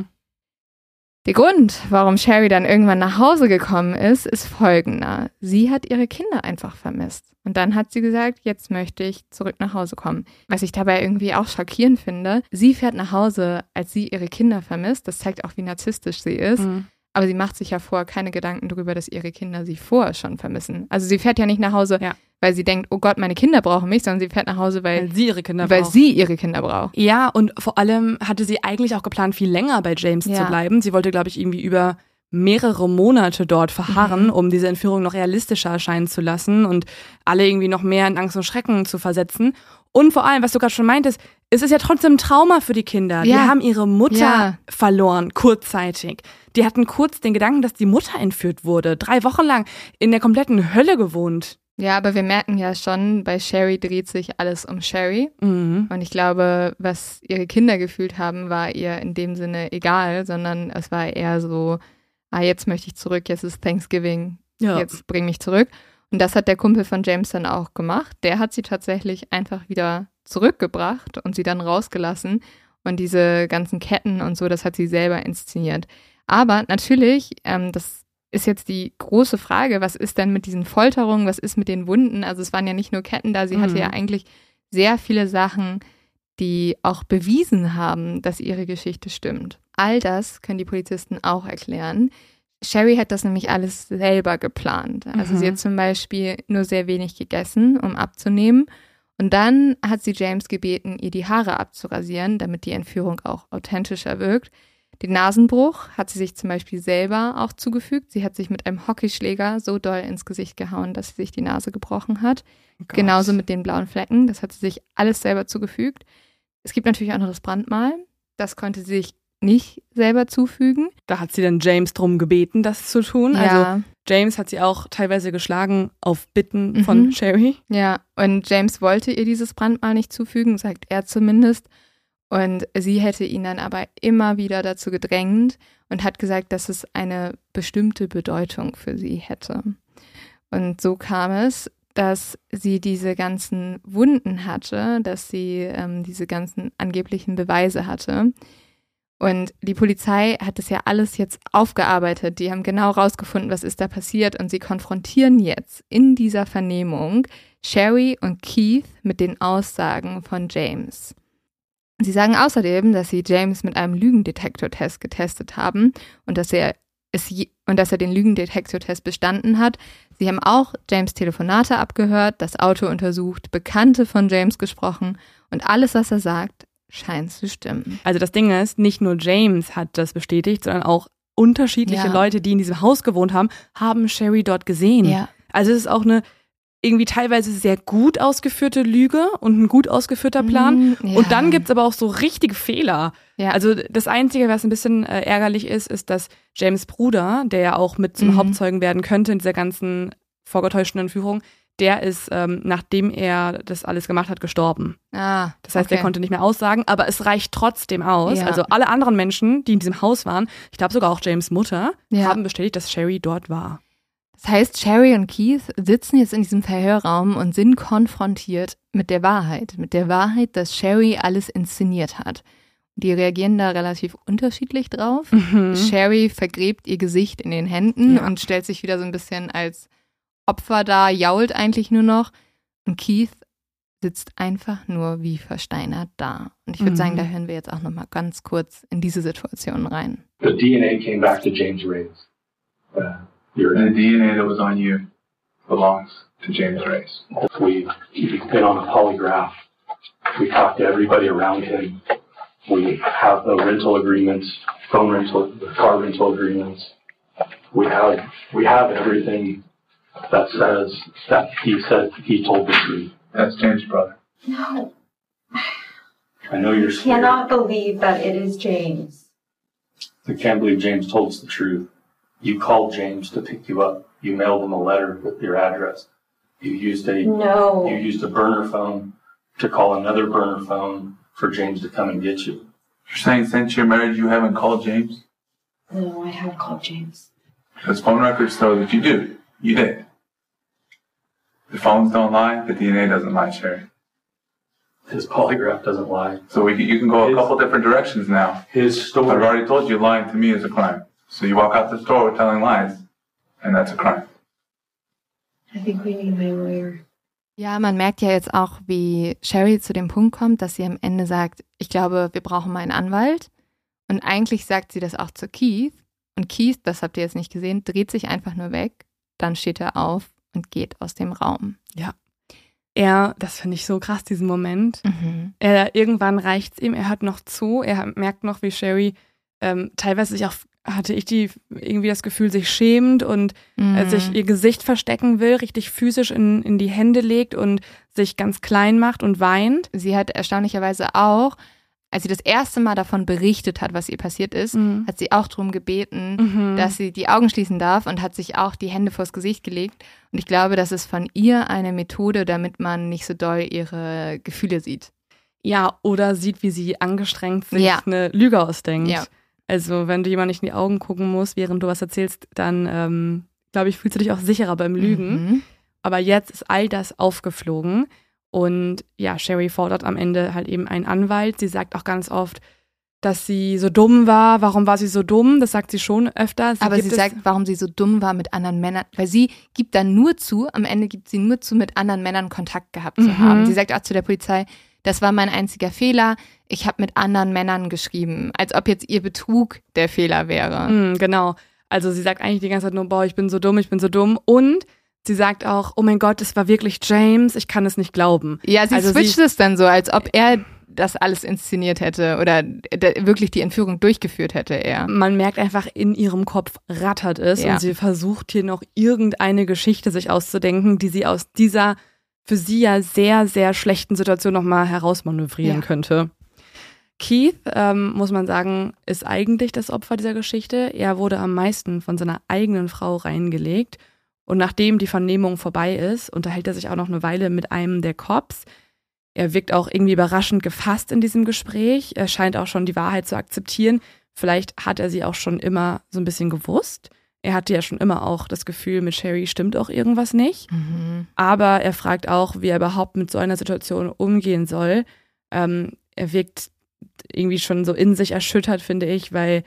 Der Grund, warum Sherry dann irgendwann nach Hause gekommen ist folgender. Sie hat ihre Kinder einfach vermisst. Und dann hat sie gesagt, jetzt möchte ich zurück nach Hause kommen. Was ich dabei irgendwie auch schockierend finde, sie fährt nach Hause, als sie ihre Kinder vermisst. Das zeigt auch, wie narzisstisch sie ist. Aber sie macht sich ja vorher keine Gedanken darüber, dass ihre Kinder sie vorher schon vermissen. Also sie fährt ja nicht nach Hause, weil sie denkt, oh Gott, meine Kinder brauchen mich, sondern sie fährt nach Hause, weil sie ihre Kinder braucht. Ja, und vor allem hatte sie eigentlich auch geplant, viel länger bei James zu bleiben. Sie wollte, glaube ich, irgendwie über mehrere Monate dort verharren, um diese Entführung noch realistischer erscheinen zu lassen und alle irgendwie noch mehr in Angst und Schrecken zu versetzen. Und vor allem, was du gerade schon meintest, es ist ja trotzdem ein Trauma für die Kinder. Die haben ihre Mutter verloren, kurzzeitig. Die hatten kurz den Gedanken, dass die Mutter entführt wurde. 3 Wochen lang in der kompletten Hölle gewohnt. Ja, aber wir merken ja schon, bei Sherry dreht sich alles um Sherry. Und ich glaube, was ihre Kinder gefühlt haben, war ihr in dem Sinne egal, sondern es war eher so, jetzt möchte ich zurück, jetzt ist Thanksgiving, jetzt bring mich zurück. Und das hat der Kumpel von James dann auch gemacht. Der hat sie tatsächlich einfach wieder zurückgebracht und sie dann rausgelassen. Und diese ganzen Ketten und so, das hat sie selber inszeniert. Aber natürlich, das ist jetzt die große Frage, was ist denn mit diesen Folterungen, was ist mit den Wunden? Also es waren ja nicht nur Ketten da, sie hatte ja eigentlich sehr viele Sachen, die auch bewiesen haben, dass ihre Geschichte stimmt. All das können die Polizisten auch erklären. Sherry hat das nämlich alles selber geplant. Also sie hat zum Beispiel nur sehr wenig gegessen, um abzunehmen. Und dann hat sie James gebeten, ihr die Haare abzurasieren, damit die Entführung auch authentischer wirkt. Den Nasenbruch hat sie sich zum Beispiel selber auch zugefügt. Sie hat sich mit einem Hockeyschläger so doll ins Gesicht gehauen, dass sie sich die Nase gebrochen hat. Genauso mit den blauen Flecken. Das hat sie sich alles selber zugefügt. Es gibt natürlich auch noch das Brandmal. Das konnte sie sich nicht selber zufügen. Da hat sie dann James drum gebeten, das zu tun. Ja. Also James hat sie auch teilweise geschlagen auf Bitten von Sherry. Ja, und James wollte ihr dieses Brandmal nicht zufügen, sagt er zumindest. Und sie hätte ihn dann aber immer wieder dazu gedrängt und hat gesagt, dass es eine bestimmte Bedeutung für sie hätte. Und so kam es, dass sie diese ganzen Wunden hatte, dass sie diese ganzen angeblichen Beweise hatte. Und die Polizei hat das ja alles jetzt aufgearbeitet. Die haben genau rausgefunden, was ist da passiert. Und sie konfrontieren jetzt in dieser Vernehmung Sherry und Keith mit den Aussagen von James. Sie sagen außerdem, dass sie James mit einem Lügendetektortest getestet haben und dass er und dass er den Lügendetektortest bestanden hat. Sie haben auch James' Telefonate abgehört, das Auto untersucht, Bekannte von James gesprochen und alles, was er sagt, scheint zu stimmen. Also das Ding ist, nicht nur James hat das bestätigt, sondern auch unterschiedliche Leute, die in diesem Haus gewohnt haben, haben Sherry dort gesehen. Ja. Also es ist auch eine irgendwie teilweise sehr gut ausgeführte Lüge und ein gut ausgeführter Plan. Und dann gibt's aber auch so richtige Fehler. Ja. Also das Einzige, was ein bisschen ärgerlich ist, ist, dass James' Bruder, der ja auch mit zum Hauptzeugen werden könnte in dieser ganzen vorgetäuschten Entführung, der ist, nachdem er das alles gemacht hat, gestorben. Das heißt, er konnte nicht mehr aussagen, aber es reicht trotzdem aus. Ja. Also alle anderen Menschen, die in diesem Haus waren, ich glaube sogar auch James' Mutter, haben bestätigt, dass Sherry dort war. Das heißt, Sherry und Keith sitzen jetzt in diesem Verhörraum und sind konfrontiert mit der Wahrheit, dass Sherry alles inszeniert hat. Die reagieren da relativ unterschiedlich drauf. Sherry vergräbt ihr Gesicht in den Händen und stellt sich wieder so ein bisschen als Opfer da, jault eigentlich nur noch. Und Keith sitzt einfach nur wie versteinert da. Und ich würde sagen, da hören wir jetzt auch noch mal ganz kurz in diese Situation rein. The DNA came back to James Reyes. The DNA that was on you belongs to James Reyes. We've been on a polygraph. We talked to everybody around him. We have the rental agreements, phone rental, the car rental agreements. We have everything that says that he said he told the truth. That's James' brother. No. I know you're scared. I cannot believe that it is James. I can't believe James told us the truth. You called James to pick you up. You mailed him a letter with your address. You used a burner phone to call another burner phone for James to come and get you. You're saying since you're married you haven't called James? No, I have called James. Because phone records show that you do. You did. The phones don't lie, the DNA doesn't lie, Sherry. His polygraph doesn't lie. So you can go a couple different directions now. His story. I've already told you lying to me is a crime. So you walk out the store telling lies, and that's a crime. I think we need my lawyer. Ja, man merkt ja jetzt auch, wie Sherry zu dem Punkt kommt, dass sie am Ende sagt, ich glaube, wir brauchen mal einen Anwalt. Und eigentlich sagt sie das auch zu Keith. Und Keith, das habt ihr jetzt nicht gesehen, dreht sich einfach nur weg. Dann steht er auf und geht aus dem Raum. Ja. Das finde ich so krass, diesen Moment. Irgendwann reicht's ihm, er hört noch zu, er merkt noch, wie Sherry teilweise sich auch, hatte ich irgendwie das Gefühl, sich schämt und sich ihr Gesicht verstecken will, richtig physisch in die Hände legt und sich ganz klein macht und weint. Sie hat erstaunlicherweise auch, als sie das erste Mal davon berichtet hat, was ihr passiert ist, hat sie auch darum gebeten, dass sie die Augen schließen darf und hat sich auch die Hände vors Gesicht gelegt. Und ich glaube, das ist von ihr eine Methode, damit man nicht so doll ihre Gefühle sieht. Ja, oder sieht, wie sie angestrengt sich eine Lüge ausdenkt. Ja. Also wenn du jemandem nicht in die Augen gucken musst, während du was erzählst, dann, glaube ich, fühlst du dich auch sicherer beim Lügen. Aber jetzt ist all das aufgeflogen. Und ja, Sherry fordert am Ende halt eben einen Anwalt. Sie sagt auch ganz oft, dass sie so dumm war. Warum war sie so dumm? Das sagt sie schon öfter. Aber sie sagt, warum sie so dumm war mit anderen Männern. Weil sie gibt dann nur zu, am Ende gibt sie nur zu, mit anderen Männern Kontakt gehabt zu haben. Sie sagt auch zu der Polizei, das war mein einziger Fehler. Ich habe mit anderen Männern geschrieben. Als ob jetzt ihr Betrug der Fehler wäre. Genau. Also sie sagt eigentlich die ganze Zeit nur, boah, ich bin so dumm. Und sie sagt auch, oh mein Gott, es war wirklich James, ich kann es nicht glauben. Ja, sie switcht es dann so, als ob er das alles inszeniert hätte oder wirklich die Entführung durchgeführt hätte er. Man merkt einfach, in ihrem Kopf rattert es und sie versucht hier noch irgendeine Geschichte sich auszudenken, die sie aus dieser für sie ja sehr, sehr schlechten Situation nochmal herausmanövrieren könnte. Keith, muss man sagen, ist eigentlich das Opfer dieser Geschichte. Er wurde am meisten von seiner eigenen Frau reingelegt. Und nachdem die Vernehmung vorbei ist, unterhält er sich auch noch eine Weile mit einem der Cops. Er wirkt auch irgendwie überraschend gefasst in diesem Gespräch. Er scheint auch schon die Wahrheit zu akzeptieren. Vielleicht hat er sie auch schon immer so ein bisschen gewusst. Er hatte ja schon immer auch das Gefühl, mit Sherry stimmt auch irgendwas nicht. Aber er fragt auch, wie er überhaupt mit so einer Situation umgehen soll. Er wirkt irgendwie schon so in sich erschüttert, finde ich, weil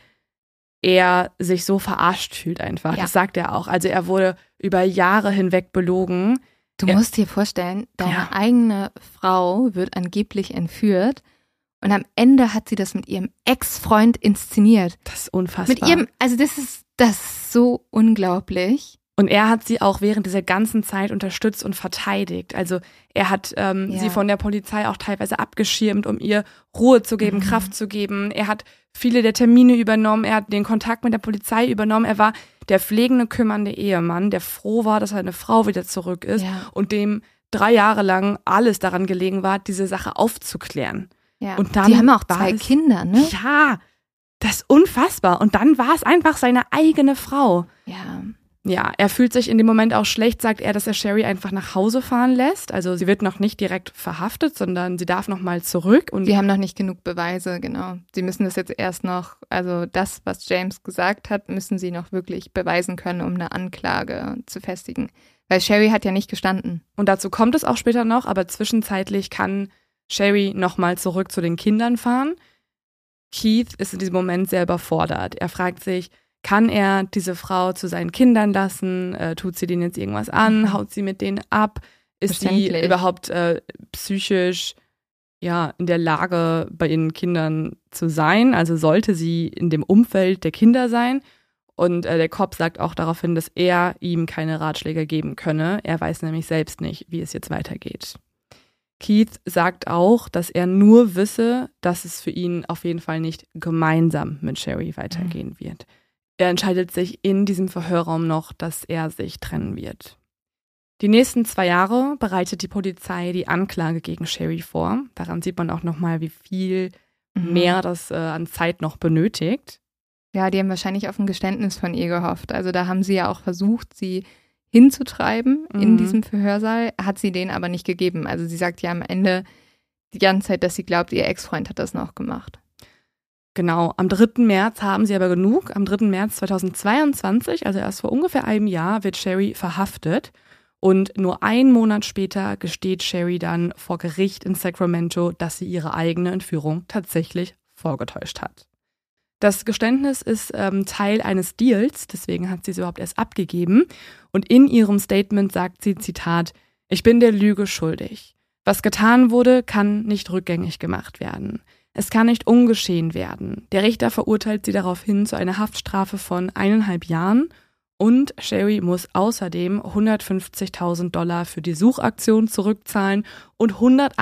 er sich so verarscht fühlt einfach. Ja. Das sagt er auch. Also er wurde über Jahre hinweg belogen. Du musst dir vorstellen, deine eigene Frau wird angeblich entführt und am Ende hat sie das mit ihrem Ex-Freund inszeniert. Das ist unfassbar. Mit ihrem, also das Das ist so unglaublich. Und er hat sie auch während dieser ganzen Zeit unterstützt und verteidigt. Also er hat sie von der Polizei auch teilweise abgeschirmt, um ihr Ruhe zu geben, Kraft zu geben. Er hat viele der Termine übernommen, er hat den Kontakt mit der Polizei übernommen. Er war der pflegende, kümmernde Ehemann, der froh war, dass seine Frau wieder zurück ist und dem 3 Jahre lang alles daran gelegen war, diese Sache aufzuklären. Ja. Und dann die haben auch 2 Kinder, ne? Ja, das ist unfassbar. Und dann war es einfach seine eigene Frau. Ja. Ja, er fühlt sich in dem Moment auch schlecht, sagt er, dass er Sherry einfach nach Hause fahren lässt. Also sie wird noch nicht direkt verhaftet, sondern sie darf noch mal zurück. Und sie haben noch nicht genug Beweise, genau. Sie müssen das jetzt erst noch, also das, was James gesagt hat, müssen sie noch wirklich beweisen können, um eine Anklage zu festigen. Weil Sherry hat ja nicht gestanden. Und dazu kommt es auch später noch, aber zwischenzeitlich kann Sherry noch mal zurück zu den Kindern fahren. Keith ist in diesem Moment sehr überfordert. Er fragt sich, kann er diese Frau zu seinen Kindern lassen? Tut sie denen jetzt irgendwas an? Haut sie mit denen ab? Ist sie überhaupt psychisch in der Lage, bei ihren Kindern zu sein? Also sollte sie in dem Umfeld der Kinder sein? Und der Cop sagt auch darauf hin, dass er ihm keine Ratschläge geben könne. Er weiß nämlich selbst nicht, wie es jetzt weitergeht. Keith sagt auch, dass er nur wisse, dass es für ihn auf jeden Fall nicht gemeinsam mit Sherry weitergehen wird. Er entscheidet sich in diesem Verhörraum noch, dass er sich trennen wird. Die nächsten 2 Jahre bereitet die Polizei die Anklage gegen Sherry vor. Daran sieht man auch nochmal, wie viel mehr das an Zeit noch benötigt. Ja, die haben wahrscheinlich auf ein Geständnis von ihr gehofft. Also da haben sie ja auch versucht, sie hinzutreiben in diesem Verhörsaal, hat sie denen aber nicht gegeben. Also sie sagt ja am Ende die ganze Zeit, dass sie glaubt, ihr Ex-Freund hat das noch gemacht. Genau, am 3. März haben sie aber genug. Am 3. März 2022, also erst vor ungefähr einem Jahr, wird Sherry verhaftet. Und nur 1 Monat später gesteht Sherry dann vor Gericht in Sacramento, dass sie ihre eigene Entführung tatsächlich vorgetäuscht hat. Das Geständnis ist Teil eines Deals, deswegen hat sie es überhaupt erst abgegeben. Und in ihrem Statement sagt sie, Zitat, ich bin der Lüge schuldig. Was getan wurde, kann nicht rückgängig gemacht werden. Es kann nicht ungeschehen werden. Der Richter verurteilt sie daraufhin zu einer Haftstrafe von 1,5 Jahren und Sherry muss außerdem $150.000 für die Suchaktion zurückzahlen und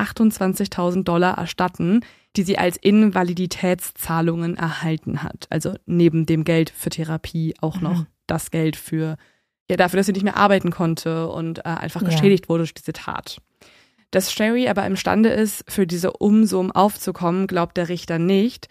$128.000 erstatten, die sie als Invaliditätszahlungen erhalten hat. Also neben dem Geld für Therapie auch noch das Geld für dafür, dass sie nicht mehr arbeiten konnte und einfach geschädigt wurde durch diese Tat. Dass Sherry aber imstande ist, für diese Umsummen aufzukommen, glaubt der Richter nicht.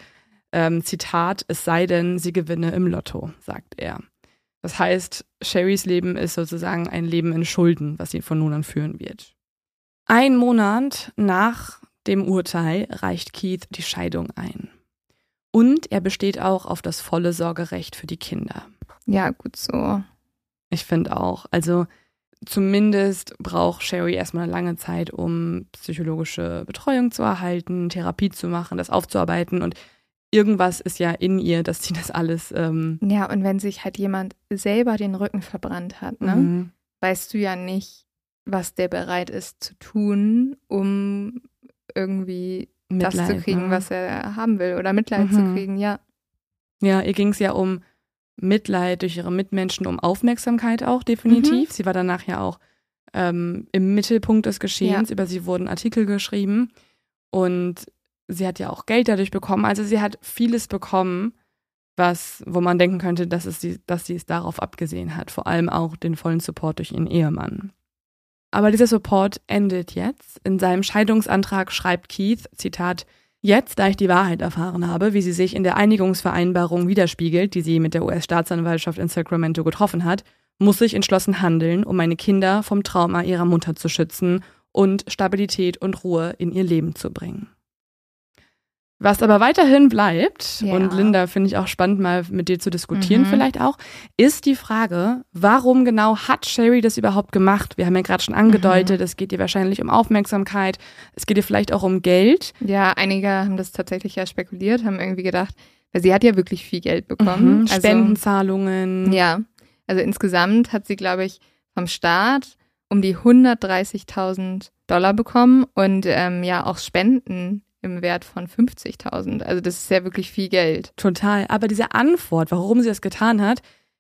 Zitat, es sei denn, sie gewinne im Lotto, sagt er. Das heißt, Sherrys Leben ist sozusagen ein Leben in Schulden, was sie von nun an führen wird. 1 Monat nach dem Urteil reicht Keith die Scheidung ein. Und er besteht auch auf das volle Sorgerecht für die Kinder. Ja, gut so. Ich finde auch. Also zumindest braucht Sherry erstmal eine lange Zeit, um psychologische Betreuung zu erhalten, Therapie zu machen, das aufzuarbeiten und irgendwas ist ja in ihr, dass sie das alles... Ja, und wenn sich halt jemand selber den Rücken verbrannt hat, ne, weißt du ja nicht, was der bereit ist zu tun, um irgendwie Mitleid, das zu kriegen, was er haben will oder Mitleid zu kriegen, ja. Ja, ihr ging es ja um Mitleid durch ihre Mitmenschen, um Aufmerksamkeit auch definitiv. Sie war danach ja auch im Mittelpunkt des Geschehens. Über sie wurden Artikel geschrieben und sie hat ja auch Geld dadurch bekommen. Also sie hat vieles bekommen, wo man denken könnte, dass sie es darauf abgesehen hat. Vor allem auch den vollen Support durch ihren Ehemann. Aber dieser Support endet jetzt. In seinem Scheidungsantrag schreibt Keith, Zitat, jetzt, da ich die Wahrheit erfahren habe, wie sie sich in der Einigungsvereinbarung widerspiegelt, die sie mit der US-Staatsanwaltschaft in Sacramento getroffen hat, muss ich entschlossen handeln, um meine Kinder vom Trauma ihrer Mutter zu schützen und Stabilität und Ruhe in ihr Leben zu bringen. Was aber weiterhin bleibt, und Linda, finde ich auch spannend, mal mit dir zu diskutieren vielleicht auch, ist die Frage, warum genau hat Sherry das überhaupt gemacht? Wir haben ja gerade schon angedeutet, es geht ihr wahrscheinlich um Aufmerksamkeit, es geht ihr vielleicht auch um Geld. Ja, einige haben das tatsächlich ja spekuliert, haben irgendwie gedacht, weil sie hat ja wirklich viel Geld bekommen. Spendenzahlungen. Ja, also insgesamt hat sie, glaube ich, vom Staat um die $130.000 bekommen und auch Spenden im Wert von 50.000. Also das ist ja wirklich viel Geld. Total. Aber diese Antwort, warum sie das getan hat,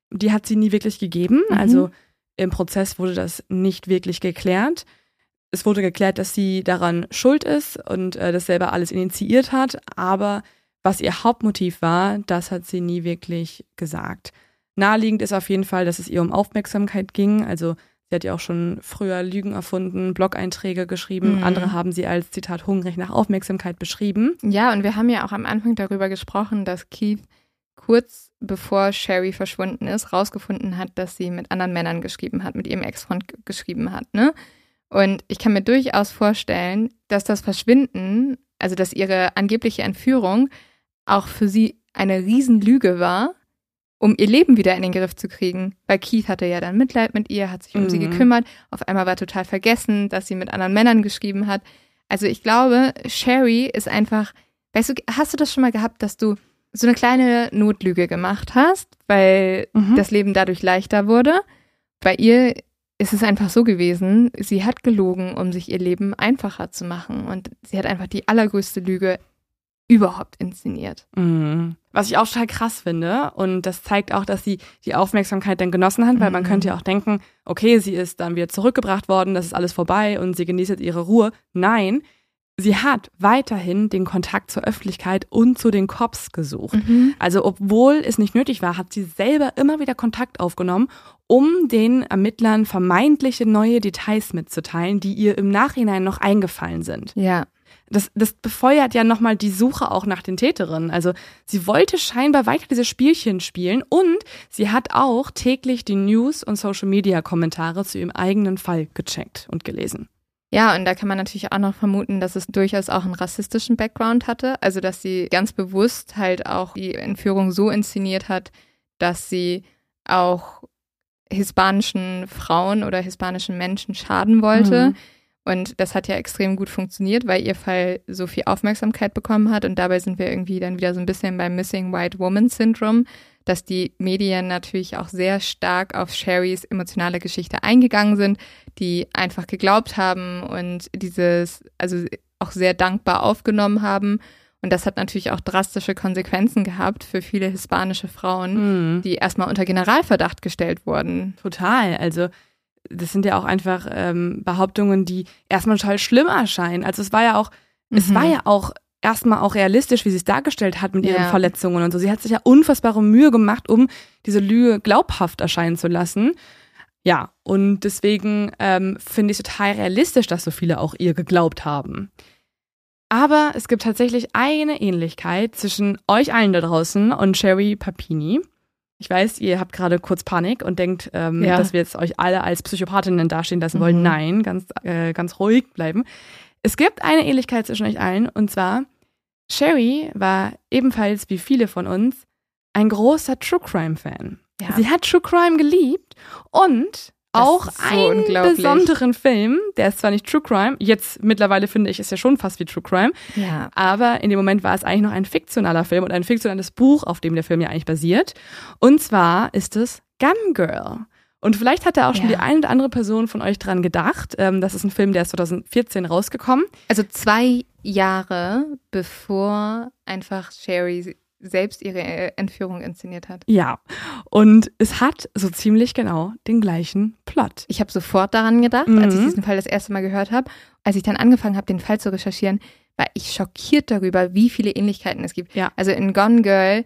die hat sie nie wirklich gegeben. Also im Prozess wurde das nicht wirklich geklärt. Es wurde geklärt, dass sie daran schuld ist und das selber alles initiiert hat. Aber was ihr Hauptmotiv war, das hat sie nie wirklich gesagt. Naheliegend ist auf jeden Fall, dass es ihr um Aufmerksamkeit ging. Also sie hat ja auch schon früher Lügen erfunden, Blog-Einträge geschrieben. Andere haben sie als, Zitat, hungrig nach Aufmerksamkeit beschrieben. Ja, und wir haben ja auch am Anfang darüber gesprochen, dass Keith kurz bevor Sherry verschwunden ist, rausgefunden hat, dass sie mit anderen Männern geschrieben hat, mit ihrem Ex-Freund geschrieben hat, ne? Und ich kann mir durchaus vorstellen, dass das Verschwinden, also dass ihre angebliche Entführung auch für sie eine Riesenlüge war, um ihr Leben wieder in den Griff zu kriegen. Weil Keith hatte ja dann Mitleid mit ihr, hat sich um sie gekümmert. Auf einmal war total vergessen, dass sie mit anderen Männern geschrieben hat. Also ich glaube, Sherry ist einfach, weißt du, hast du das schon mal gehabt, dass du so eine kleine Notlüge gemacht hast, weil das Leben dadurch leichter wurde? Bei ihr ist es einfach so gewesen, sie hat gelogen, um sich ihr Leben einfacher zu machen. Und sie hat einfach die allergrößte Lüge überhaupt inszeniert. Was ich auch total krass finde, und das zeigt auch, dass sie die Aufmerksamkeit dann genossen hat, weil man könnte ja auch denken, okay, sie ist dann wieder zurückgebracht worden, das ist alles vorbei und sie genießt jetzt ihre Ruhe. Nein, sie hat weiterhin den Kontakt zur Öffentlichkeit und zu den Cops gesucht. Also obwohl es nicht nötig war, hat sie selber immer wieder Kontakt aufgenommen, um den Ermittlern vermeintliche neue Details mitzuteilen, die ihr im Nachhinein noch eingefallen sind. Ja. Das befeuert ja nochmal die Suche auch nach den Täterinnen. Also sie wollte scheinbar weiter diese Spielchen spielen und sie hat auch täglich die News- und Social-Media-Kommentare zu ihrem eigenen Fall gecheckt und gelesen. Ja, und da kann man natürlich auch noch vermuten, dass es durchaus auch einen rassistischen Background hatte. Also, dass sie ganz bewusst halt auch die Entführung so inszeniert hat, dass sie auch hispanischen Frauen oder hispanischen Menschen schaden wollte. Und das hat ja extrem gut funktioniert, weil ihr Fall so viel Aufmerksamkeit bekommen hat. Und dabei sind wir irgendwie dann wieder so ein bisschen beim Missing White Woman Syndrome, dass die Medien natürlich auch sehr stark auf Sherrys emotionale Geschichte eingegangen sind, die einfach geglaubt haben und also auch sehr dankbar aufgenommen haben. Und das hat natürlich auch drastische Konsequenzen gehabt für viele hispanische Frauen, die erstmal unter Generalverdacht gestellt wurden. Total, also das sind ja auch einfach Behauptungen, die erstmal total schlimm erscheinen. Also es war ja auch erstmal auch realistisch, wie sie es dargestellt hat mit ihren Verletzungen und so. Sie hat sich ja unfassbare Mühe gemacht, um diese Lüge glaubhaft erscheinen zu lassen. Ja, und deswegen finde ich es total realistisch, dass so viele auch ihr geglaubt haben. Aber es gibt tatsächlich eine Ähnlichkeit zwischen euch allen da draußen und Sherry Papini. Ich weiß, ihr habt gerade kurz Panik und denkt, dass wir jetzt euch alle als Psychopathinnen dastehen lassen wollen. Nein, ganz ruhig bleiben. Es gibt eine Ähnlichkeit zwischen euch allen, und zwar, Sherry war ebenfalls wie viele von uns ein großer True Crime-Fan. Ja. Sie hat True Crime geliebt und auch einen besonderen Film, der ist zwar nicht True Crime, jetzt mittlerweile finde ich, ist ja schon fast wie True Crime, aber in dem Moment war es eigentlich noch ein fiktionaler Film und ein fiktionales Buch, auf dem der Film ja eigentlich basiert. Und zwar ist es Gone Girl. Und vielleicht hat da auch schon die eine oder andere Person von euch dran gedacht. Das ist ein Film, der ist 2014 rausgekommen. Also 2 Jahre bevor einfach Sherry selbst ihre Entführung inszeniert hat. Ja, und es hat so ziemlich genau den gleichen Plot. Ich habe sofort daran gedacht, als ich diesen Fall das erste Mal gehört habe. Als ich dann angefangen habe, den Fall zu recherchieren, war ich schockiert darüber, wie viele Ähnlichkeiten es gibt. Ja. Also in Gone Girl,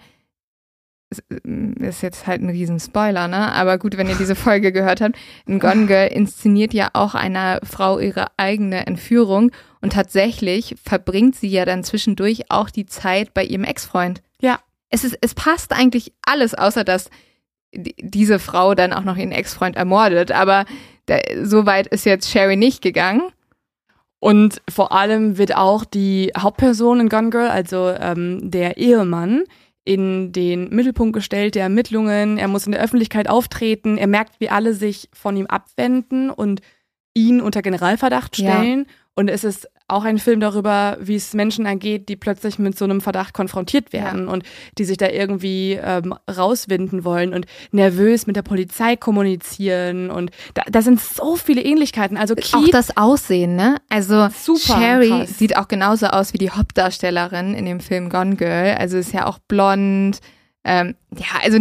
ist jetzt halt ein riesen Spoiler, ne? Aber gut, wenn ihr diese Folge gehört habt, in Gone Girl inszeniert ja auch eine Frau ihre eigene Entführung und tatsächlich verbringt sie ja dann zwischendurch auch die Zeit bei ihrem Ex-Freund. Ja. Es passt eigentlich alles, außer dass diese Frau dann auch noch ihren Ex-Freund ermordet, aber so weit ist jetzt Sherry nicht gegangen. Und vor allem wird auch die Hauptperson in Gone Girl, also der Ehemann, in den Mittelpunkt gestellt der Ermittlungen. Er muss in der Öffentlichkeit auftreten. Er merkt, wie alle sich von ihm abwenden und ihn unter Generalverdacht stellen. Ja. Und es ist auch ein Film darüber, wie es Menschen ergeht, die plötzlich mit so einem Verdacht konfrontiert werden und die sich da irgendwie rauswinden wollen und nervös mit der Polizei kommunizieren. Und da sind so viele Ähnlichkeiten. Also Keith, auch das Aussehen, ne? Also super Sherry krass. Sieht auch genauso aus wie die Hauptdarstellerin in dem Film Gone Girl. Also ist ja auch blond. Also nicht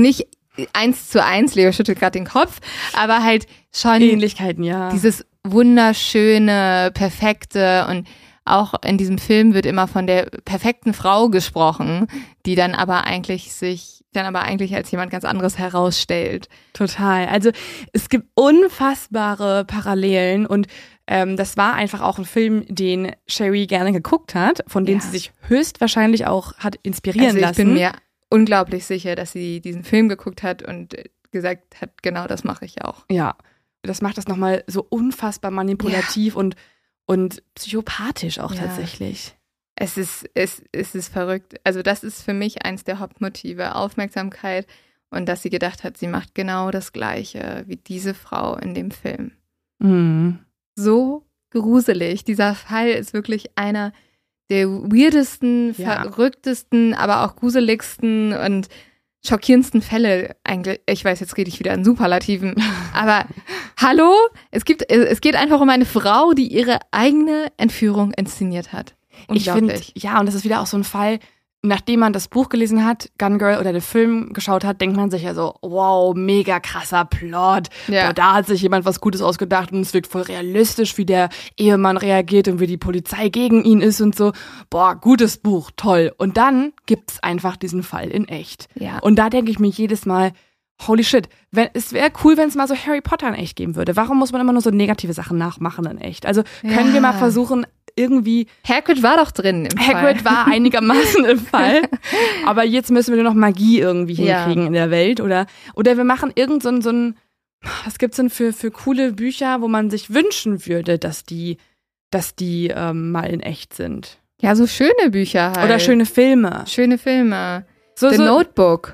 1:1, Leo schüttelt gerade den Kopf, aber halt schon Ähnlichkeiten, ja. Dieses wunderschöne, perfekte, und auch in diesem Film wird immer von der perfekten Frau gesprochen, die dann aber eigentlich als jemand ganz anderes herausstellt. Total. Also es gibt unfassbare Parallelen und das war einfach auch ein Film, den Sherry gerne geguckt hat, von dem sie sich höchstwahrscheinlich auch hat inspirieren lassen. Ich bin mir unglaublich sicher, dass sie diesen Film geguckt hat und gesagt hat, genau das mache ich auch. Ja, das macht das nochmal so unfassbar manipulativ und psychopathisch auch tatsächlich. Es ist verrückt. Also das ist für mich eins der Hauptmotive, Aufmerksamkeit, und dass sie gedacht hat, sie macht genau das Gleiche wie diese Frau in dem Film. Mhm. So gruselig. Dieser Fall ist wirklich einer der weirdesten, verrücktesten, aber auch gruseligsten und schockierendsten Fälle eigentlich. Ich weiß, jetzt rede ich wieder in Superlativen, aber hallo? Es geht einfach um eine Frau, die ihre eigene Entführung inszeniert hat. Ich finde, und das ist wieder auch so ein Fall, nachdem man das Buch gelesen hat, Gone Girl, oder den Film geschaut hat, denkt man sich ja so, wow, mega krasser Plot. Ja. Boah, da hat sich jemand was Gutes ausgedacht und es wirkt voll realistisch, wie der Ehemann reagiert und wie die Polizei gegen ihn ist und so. Boah, gutes Buch, toll. Und dann gibt's einfach diesen Fall in echt. Ja. Und da denke ich mir jedes Mal, holy shit, es wäre cool, wenn es mal so Harry Potter in echt geben würde. Warum muss man immer nur so negative Sachen nachmachen in echt? Also können wir mal versuchen, irgendwie... Hagrid war doch drin im Fall. Hagrid war einigermaßen im Fall. Aber jetzt müssen wir nur noch Magie irgendwie hinkriegen in der Welt. Oder wir machen irgend so ein was gibt's denn für coole Bücher, wo man sich wünschen würde, dass die mal in echt sind? Ja, so schöne Bücher halt. Oder schöne Filme. The Notebook.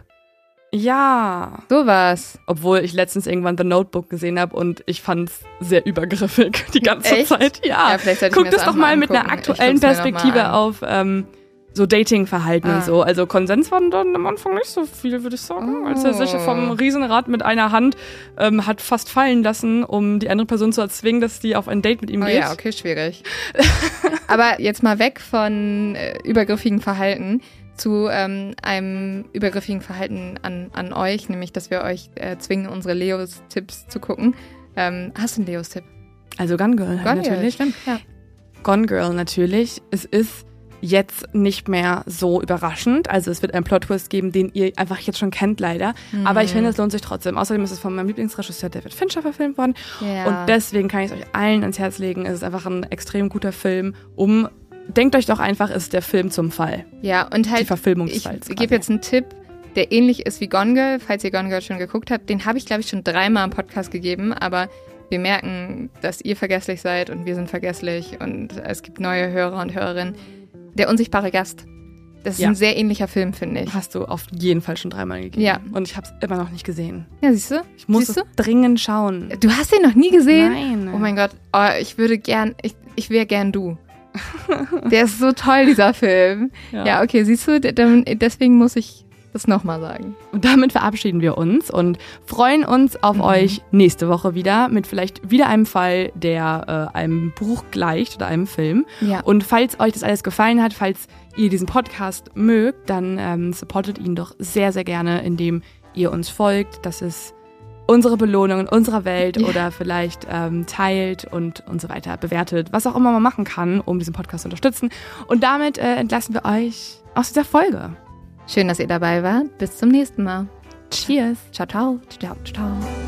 Ja. Sowas. Obwohl ich letztens irgendwann The Notebook gesehen habe und ich fand's sehr übergriffig die ganze Zeit. Ja, guck das doch mal mit einer aktuellen Perspektive auf so Datingverhalten und so. Also Konsens war dann am Anfang nicht so viel, würde ich sagen. Als er sich vom Riesenrad mit einer Hand hat fast fallen lassen, um die andere Person zu erzwingen, dass die auf ein Date mit ihm geht. Ja, okay, schwierig. Aber jetzt mal weg von übergriffigen Verhalten zu einem übergriffigen Verhalten an euch, nämlich, dass wir euch zwingen, unsere Leos-Tipps zu gucken. Hast du einen Leos-Tipp? Also Gone Girl natürlich. Stimmt, ja. Gone Girl natürlich. Es ist jetzt nicht mehr so überraschend. Also es wird einen Plot-Twist geben, den ihr einfach jetzt schon kennt, leider. Aber ich finde, es lohnt sich trotzdem. Außerdem ist es von meinem Lieblingsregisseur David Fincher verfilmt worden. Ja. Und deswegen kann ich es euch allen ans Herz legen. Es ist einfach ein extrem guter Film, denkt euch doch einfach, ist der Film zum Fall. Ja, und halt, die Verfilmung des Falls. Ich gebe jetzt einen Tipp, der ähnlich ist wie Gone Girl, falls ihr Gone Girl schon geguckt habt. Den habe ich, glaube ich, schon 3-mal im Podcast gegeben, aber wir merken, dass ihr vergesslich seid und wir sind vergesslich und es gibt neue Hörer und Hörerinnen. Der unsichtbare Gast. Das ist ein sehr ähnlicher Film, finde ich. Hast du auf jeden Fall schon 3-mal gegeben. Ja. Und ich habe es immer noch nicht gesehen. Ja, siehst du? Ich muss es dringend schauen. Du hast den noch nie gesehen? Nein. Oh mein Gott, ich wäre gern du. Der ist so toll, dieser Film. Ja, okay, siehst du, deswegen muss ich das nochmal sagen. Und damit verabschieden wir uns und freuen uns auf euch nächste Woche wieder mit vielleicht wieder einem Fall, der einem Buch gleicht oder einem Film. Ja. Und falls euch das alles gefallen hat, falls ihr diesen Podcast mögt, dann supportet ihn doch sehr, sehr gerne, indem ihr uns folgt. Das ist unsere Belohnung in unserer Welt oder vielleicht teilt und so weiter, bewertet, was auch immer man machen kann, um diesen Podcast zu unterstützen. Und damit entlassen wir euch aus dieser Folge. Schön, dass ihr dabei wart. Bis zum nächsten Mal. Cheers. Ciao, ciao. Ciao, ciao.